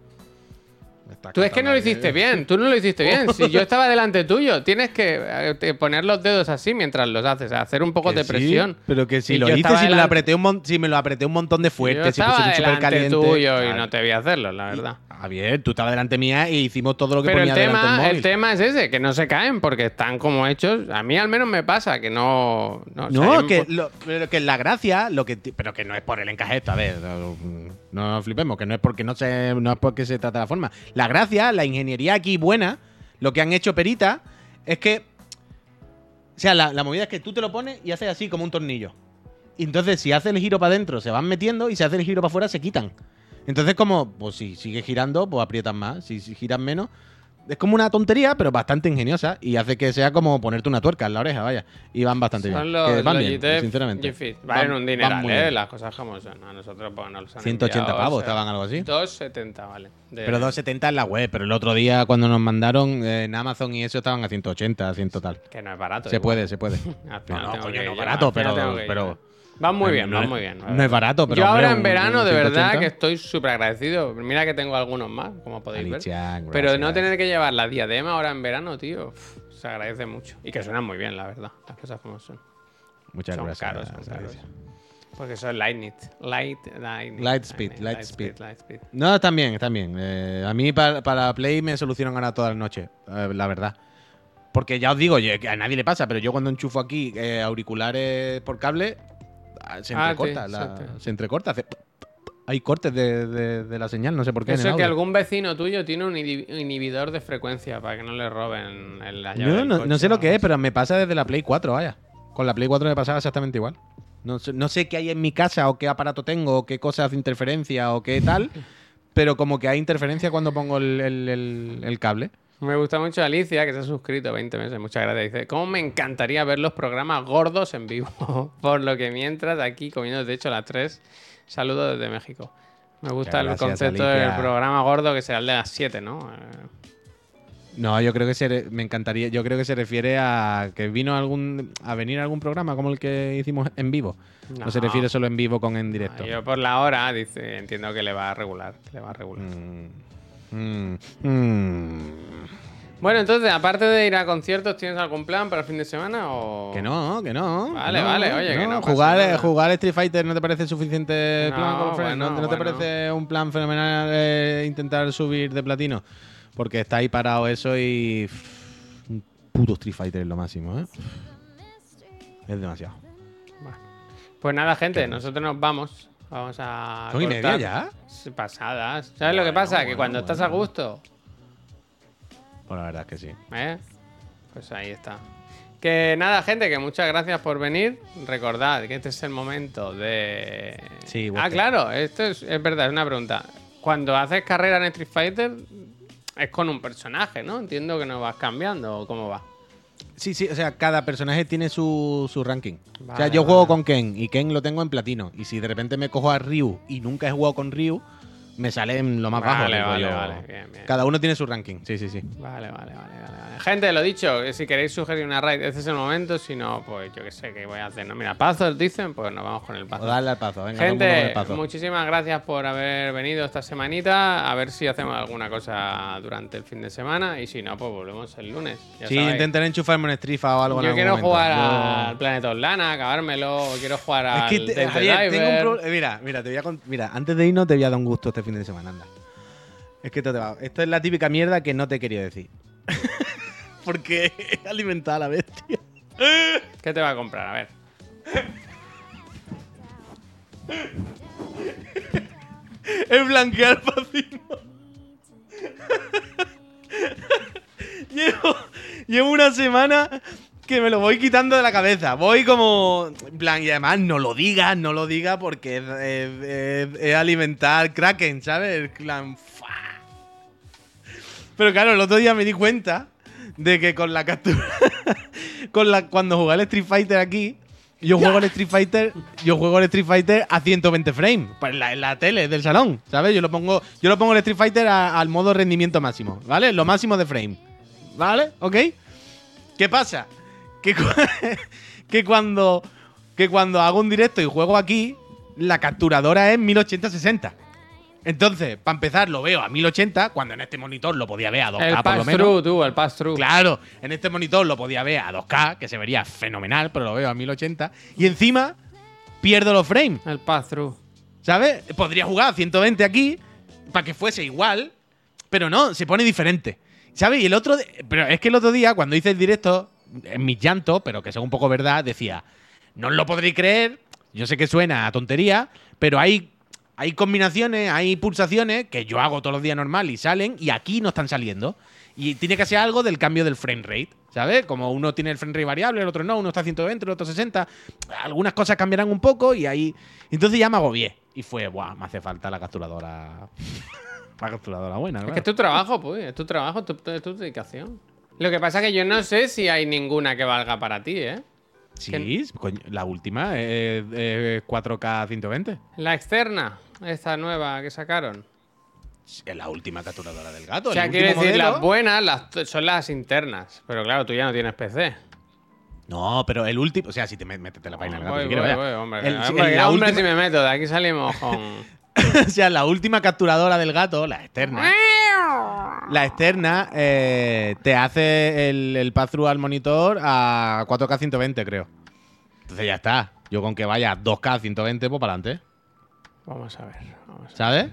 me estás Tú es que no lo contando hiciste ahí. bien, tú no lo hiciste bien. Si yo estaba delante tuyo, tienes que eh, te- poner los dedos así mientras los haces, hacer un poco Que de sí, presión. pero que si Y lo yo hice, estaba si me lo, delante- apreté un mon- si me lo apreté un montón de Yo fuerte, si estaba puse súper delante caliente. tuyo y Claro. no te vi hacerlo, la verdad. Javier, tú estabas delante mía y hicimos todo lo que Pero el ponía delante del tema, móvil. el tema es ese, que no se caen porque están como hechos. A mí al menos me pasa que no. No, o sea, No, yo me que, pu- lo, pero que la gracia, lo que, ti- pero que no es por el encaje esto, a ver, no, no nos flipemos, que no es porque no se, no es porque se trata de la forma. La gracia, la ingeniería aquí buena, lo que han hecho Perita, es que, o sea, la, la movida es que tú te lo pones y haces así como un tornillo. Y entonces si hace el giro para adentro se van metiendo y si hace el giro para afuera se quitan. Entonces como, pues si sigue girando, pues aprietan más, si, si giran menos. Es como una tontería, pero bastante ingeniosa y hace que sea como ponerte una tuerca en la oreja, vaya. Y van bastante bien. Son los Que van bien, Logitech sinceramente. G Fit. Valen Van- un van dineral, muy ¿eh? bien. Las cosas como son. A nosotros pues, nos los han ciento ochenta enviado, pavos o sea, estaban, algo así. doscientos setenta, vale. De- Pero doscientos setenta en la web, pero el otro día cuando nos mandaron eh, en Amazon y eso estaban a ciento ochenta, a cien total. Que no es barato. Se igual. puede, se puede. Al No, final no, tengo coño, que no ir, barato, al final pero, tengo que ir. pero Van muy no, bien, no van es- muy bien. la no es verdad. barato, pero Yo hombre, ahora en un- verano, un de verdad, ciento ochenta. que estoy súper agradecido. Mira que tengo algunos más, como podéis ver. Alicia, Pero no gracias. tener que llevar la diadema ahora en verano, tío, uf, se agradece mucho. Y que suenan muy bien, la verdad. Las cosas como son. Muchas Son gracias. caros, son caros. Alicia. Porque son Lightning. Light, Lightning, Lightspeed, Lightning, Lightspeed. Lightspeed. No, están bien, están bien. Eh, a mí para, para Play me solucionan ahora todas las noches, eh, la verdad. Porque ya os digo, yo- que a nadie le pasa, pero yo cuando enchufo aquí eh, auriculares por cable, ah, se Ah, entrecorta. sí, la- sí, sí. se entrecorta. hace- hay cortes de, de- de la señal, no sé por qué. en Eso el es que audio. algún vecino tuyo tiene un inhi- inhibidor de frecuencia para que no le roben el, la llave No, del no, coche no sé o lo algo que es, así. pero me pasa desde la Play cuatro, vaya. Con la Play cuatro me pasaba exactamente igual. No sé, no sé qué hay en mi casa o qué aparato tengo o qué cosa hace interferencia o qué tal, pero como que hay interferencia cuando pongo el, el- el- el cable. Me gusta mucho Alicia, que se ha suscrito veinte meses. Muchas gracias. Dice, ¿cómo me encantaría ver los programas gordos en vivo? Por lo que mientras aquí comiendo, de hecho, a las tres, saludo desde México. Me gusta Muchas el gracias, concepto Alicia. del programa gordo, que será el de las siete, ¿no? Eh, No, yo creo que se re- me encantaría, yo creo que se refiere a que vino algún a venir algún programa como el que hicimos en vivo. No, No. se refiere solo en vivo con en directo. Yo por la hora, dice, entiendo que le va a regular. que le va a regular. Mm, mm, mm. Bueno, entonces, aparte de ir a conciertos, ¿tienes algún plan para el fin de semana? O... Que no, que no. Vale, no, vale, oye, que no pasa jugar, nada. jugar Street Fighter no te parece suficiente No, plan con los friends? bueno, ¿No, no te bueno. parece un plan fenomenal eh, intentar subir de platino? Porque está ahí parado eso y pff, un puto Street Fighter es lo máximo, ¿eh? Es demasiado. Pues nada, gente, nosotros nos vamos. Vamos a. ¿Son y media cortar. ya? Sí, pasadas. ¿Sabes lo que Bueno, pasa? que bueno, cuando estás a bueno. gusto, Pues la verdad es que sí. ¿eh? Pues ahí está. Que nada, gente, que muchas gracias por venir. Recordad que este es el momento de. Sí, ah, Walter. claro, esto es, es verdad, es una pregunta. Cuando haces carrera en Street Fighter, es con un personaje, ¿no? Entiendo que no vas cambiando, ¿o cómo va? Sí, sí, o sea, cada personaje tiene su, su ranking. o sea, Vale, yo juego vale. con Ken y Ken lo tengo en platino. Y si de repente me cojo a Ryu y nunca he jugado con Ryu, me sale en lo más Vale, bajo. del vale, rollo. vale, bien, bien. Cada uno tiene su ranking, sí, sí, sí. Vale, vale, vale, vale, vale. Gente, lo dicho, si queréis sugerir una raid, este es el momento. Si no, pues yo qué sé qué voy a hacer. ¿No? Mira, pazos dicen, pues nos vamos con el O pazo. darle al pazo, venga, todo el mundo con Gente, el pazo. muchísimas gracias por haber venido esta semanita. A ver si hacemos alguna cosa durante el fin de semana. Y si no, pues volvemos el lunes. Ya Sí, sabéis. intentaré enchufarme un Strifa o algo en Yo algún quiero momento. jugar Yo- al Planet of Lana, acabármelo. Quiero jugar al Es que, te- Dead Javier, tengo un Diver. problema. Mira, mira, te voy a cont- mira, antes de irnos te voy a dar un gusto este fin de semana, anda. Es que esto te va. Esto es la típica mierda que no te quería decir. Porque he alimentado a la bestia. ¿Qué te va a comprar? A ver. Es blanquear fascismo. llevo, llevo una semana que me lo voy quitando de la cabeza. Voy como. En plan, y además no lo digas, no lo digas porque es, es- es- es alimentar Kraken, ¿sabes? El clan. ¡Fua! Pero claro, el otro día me di cuenta de que con la captura. con la, cuando jugué al Street Fighter aquí. Yo juego el Street Fighter, yo juego el Street Fighter a ciento veinte frames, pues en la, en la tele del salón, ¿sabes? Yo lo pongo, yo lo pongo el Street Fighter a- al modo rendimiento máximo, ¿vale? Lo máximo de frame, ¿vale? ¿Ok? ¿Qué pasa? Que, cu- que cuando que cuando hago un directo y juego aquí, la capturadora es mil ochenta sesenta. Entonces, para empezar, lo veo a mil ochenta, cuando en este monitor lo podía ver a dos K El por lo menos. pass-through, tú, el pass-through. Claro, en este monitor lo podía ver a dos K, que se vería fenomenal, pero lo veo a mil ochenta. Y encima pierdo los frames, El pass-through. ¿sabes? Podría jugar a ciento veinte aquí para que fuese igual, pero no, se pone diferente. ¿Sabes? Y el otro. de- Pero es que el otro día, cuando hice el directo, en mis llantos, pero que sea un poco verdad, decía: no os lo podréis creer, yo sé que suena a tontería, pero hay. Hay combinaciones, hay pulsaciones que yo hago todos los días normal y salen, y aquí no están saliendo. Y tiene que ser algo del cambio del frame rate, ¿sabes? Como uno tiene el frame rate variable, el otro no, uno está a ciento veinte, el otro sesenta. Algunas cosas cambiarán un poco y ahí. Entonces ya me agobié. Y fue, ¡buah! Me hace falta la capturadora. la capturadora buena, Es claro. que es tu trabajo, pues. Es tu trabajo, es tu, es tu dedicación. Lo que pasa es que yo no sé si hay ninguna que valga para ti, ¿eh? Sí, coño, la última es, es cuatro K ciento veinte. La externa, esta nueva que sacaron. Es la última capturadora del gato. O sea, el quiero último decir, modelo. las buenas las, son las internas. Pero claro, tú ya no tienes P C. No, pero el último. O sea, si te met- metes la página del gato, Voy, si voy, quieres, voy, vaya. hombre, El- hombre, en la hombre, última- si me meto, de aquí salimos con... o sea, la última capturadora del gato, la externa. La externa eh, te hace el, el pass-through al monitor a cuatro K ciento veinte, creo. Entonces ya está. Yo con que vaya a dos K ciento veinte, pues para adelante. Vamos a ver, vamos a ver. ¿Sabes?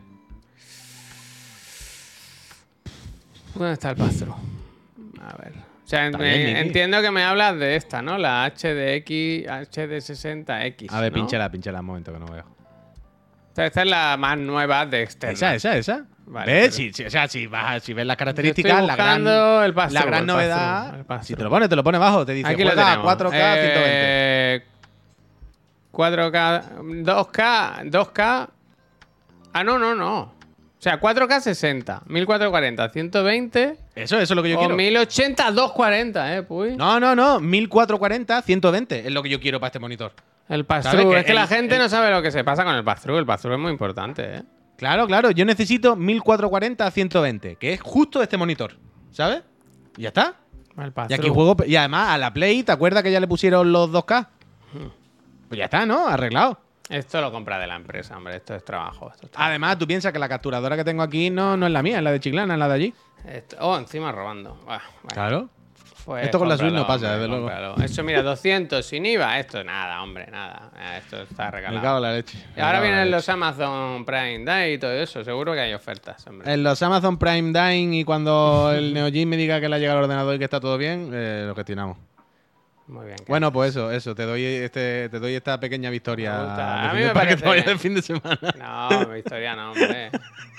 ¿Dónde está el pass-through? A ver. O sea, Está me- bien, Miki. entiendo que me hablas de esta, ¿no? La H D X, H D sesenta X. A ver, ¿no? pínchala, pínchala un momento que no veo. O sea, esta es la más nueva de externa. Esa, esa, esa. Vale, ¿Ves? pero- Si, si- o sea, si, vas a- si ves las Yo características, estoy la gran, buscando el pass-through, la gran el novedad. pass-through, el pass-through. Si te lo pones, te lo pones bajo. Te dice Aquí lo juega a tenemos. cuatro K ciento veinte. Eh, cuatro K, dos K, dos K. Ah, no, no, no. O sea, cuatro K sesenta, mil cuatrocientos cuarenta, ciento veinte Eso, eso es lo que yo o quiero. mil ochenta, doscientos cuarenta, eh, pues. No, no, no. mil cuatrocientos cuarenta, ciento veinte es lo que yo quiero para este monitor. El ¿Sabes pass-through. que Es que el- la gente el- no sabe lo que se pasa con el pass-through. El pass-through es muy importante, eh. Claro, claro. Yo necesito mil cuatrocientos cuarenta a ciento veinte, que es justo este monitor. ¿Sabes? Y ya está. El Y pass-through. aquí juego. Y además, a la Play, ¿te acuerdas que ya le pusieron los dos K? Pues ya está, ¿no? Arreglado. Esto lo compra de la empresa, hombre. Esto es trabajo. Esto es trabajo. Además, tú piensas que la capturadora que tengo aquí no, no es la mía, es la de Chiclana, es la de allí. Esto- oh, encima robando. Buah, bueno. Claro. Pues Esto con la Switch no cómpralo, pasa, hombre, desde luego. cómpralo. Eso, mira, doscientos sin I V A. Esto nada, hombre, nada. Eh, Esto está Me regalado. cago en la leche. Y Me ahora cago en la vienen leche. los Amazon Prime Day y todo eso. Seguro que hay ofertas, hombre. En los Amazon Prime Dine y cuando el Neo Geo me diga que le ha llegado el ordenador y que está todo bien, eh, lo gestionamos. Muy bien. ¿qué Bueno, haces? pues eso, eso. Te doy este, te doy esta pequeña victoria Me gusta. de A fin mí de- me para que te parece- vayas el fin de semana. No, mi historia no, hombre.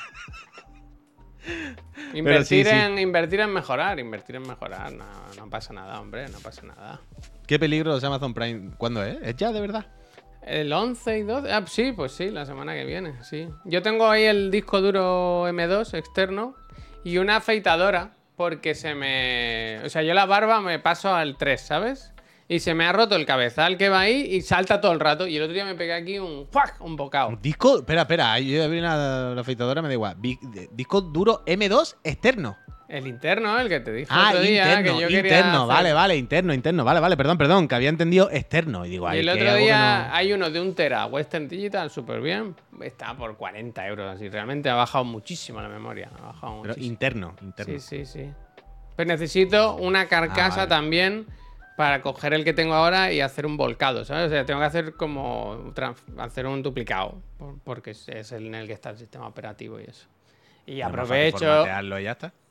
Invertir, sí, sí. En, invertir en mejorar, invertir en mejorar. No, no pasa nada, hombre, no pasa nada. Qué peligro los Amazon Prime. ¿Cuándo es? ¿Es ya, de verdad? El once y doce. Ah, sí, pues sí, la semana que viene, sí. Yo tengo ahí el disco duro M dos externo y una afeitadora porque se me... O sea, yo la barba me paso al tres, ¿sabes? y se me ha roto el cabezal que va ahí y salta todo el rato. Y el otro día me pegué aquí un ¡fuac! Un bocado. Disco, espera, espera, yo abrí la, la afeitadora, me da igual. Vi- Disco duro M dos externo. El interno, el que te dije Ah, otro día, interno, que yo quería interno, hacer. vale, vale, interno, interno, vale, vale, perdón, perdón, que había entendido externo. Y digo, Y ay, el ¿qué otro hago que día no? hay uno de un tera, Western Digital, súper bien. Está por cuarenta euros, así. Realmente ha bajado muchísimo la memoria. Ha bajado Pero muchísimo. interno, interno. Sí, sí, sí. Pero necesito una carcasa Ah, vale. también para coger el que tengo ahora y hacer un volcado, ¿sabes? O sea, tengo que hacer como trans- hacer un duplicado, por- porque es- es el en el que está el sistema operativo y eso. Y Es más fácil aprovecho, formatearlo y ya está.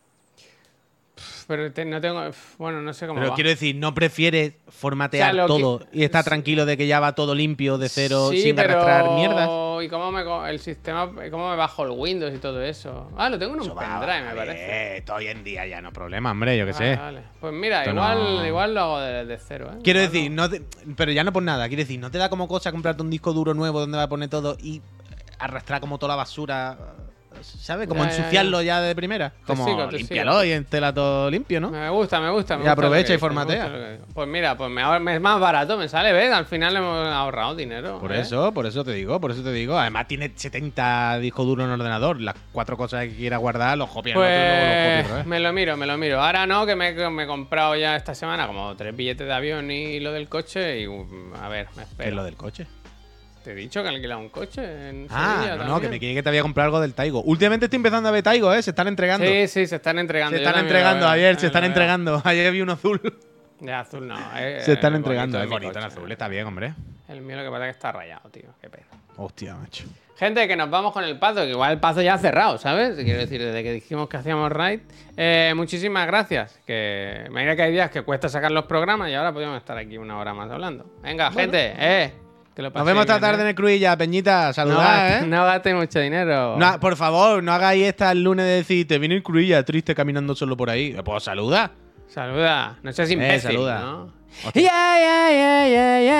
pero te- no tengo, bueno, no sé cómo Pero va. quiero decir, ¿no prefieres formatear O sea, lo que- todo y estar tranquilo de que ya va todo limpio de cero Sí, sin pero... arrastrar mierdas? ¿Y cómo me co- el sistema, cómo me bajo el Windows y todo eso? Ah, lo tengo en un Eso va, pendrive, me vale, parece. esto hoy en día ya no es problema, hombre, yo qué Vale, sé. vale. Pues mira, Esto igual, no- igual lo hago de, de cero, ¿eh? Quiero Igual decir, lo- no te- pero ya no por nada, quiero decir, ¿no te da como cosa comprarte un disco duro nuevo donde va a poner todo y arrastrar como toda la basura? ¿Sabes? Como Ya, ya, ensuciarlo ya, de primera. Te Como sigo, te límpialo y entela todo limpio, ¿no? Me gusta, me gusta. Me Y gusta aprovecha lo que y dices, me formatea. gusta lo que dices. Pues mira, pues me, ahor- me es más barato, me sale, ¿ves? Al final hemos ahorrado dinero. Por ¿eh? eso, por eso te digo, por eso te digo. Además tiene setenta discos duros en el ordenador. Las cuatro cosas que quiera guardar, los copias en otro y luego los copias otra Pues vez. me lo miro, me lo miro. Ahora no, que me, que me he comprado ya esta semana como tres billetes de avión y lo del coche. Y um, a ver, me ¿Qué espero. es lo del coche? Te he dicho que he alquilado un coche en Ah, Sevilla no, no, que también. me quiere que te había comprado algo del Taigo. Últimamente estoy empezando a ver Taigo, ¿eh? Se están entregando. Sí, sí, se están entregando. se yo están también lo entregando, veo, ayer, eh, se están lo veo. entregando. Ayer vi uno azul. De azul no. eh, se están eh, entregando. bonito, Es mi bonito en coche. azul, está bien, hombre. El mío lo que pasa es que está rayado, tío. Qué pena. Hostia, macho. Gente, que nos vamos con el Pazo, que igual el Pazo ya ha cerrado, ¿sabes? Quiero decir, desde que dijimos que hacíamos raid. Eh, muchísimas gracias. Que me dirá que hay días que cuesta sacar los programas y ahora podemos estar aquí una hora más hablando. Venga, gente, eh. Que lo Nos paséis vemos esta bien, tarde ¿eh? en el Cruilla, Peñita. No, Saludad, gaste- ¿eh? no gaste mucho dinero. No, por favor, no hagáis esta el lunes de decir, te viene el Cruilla triste caminando solo por ahí. Pues saluda. Saluda. No seas imbécil, saluda. ¿no? Hostia. Yeah, yeah, yeah, yeah, yeah.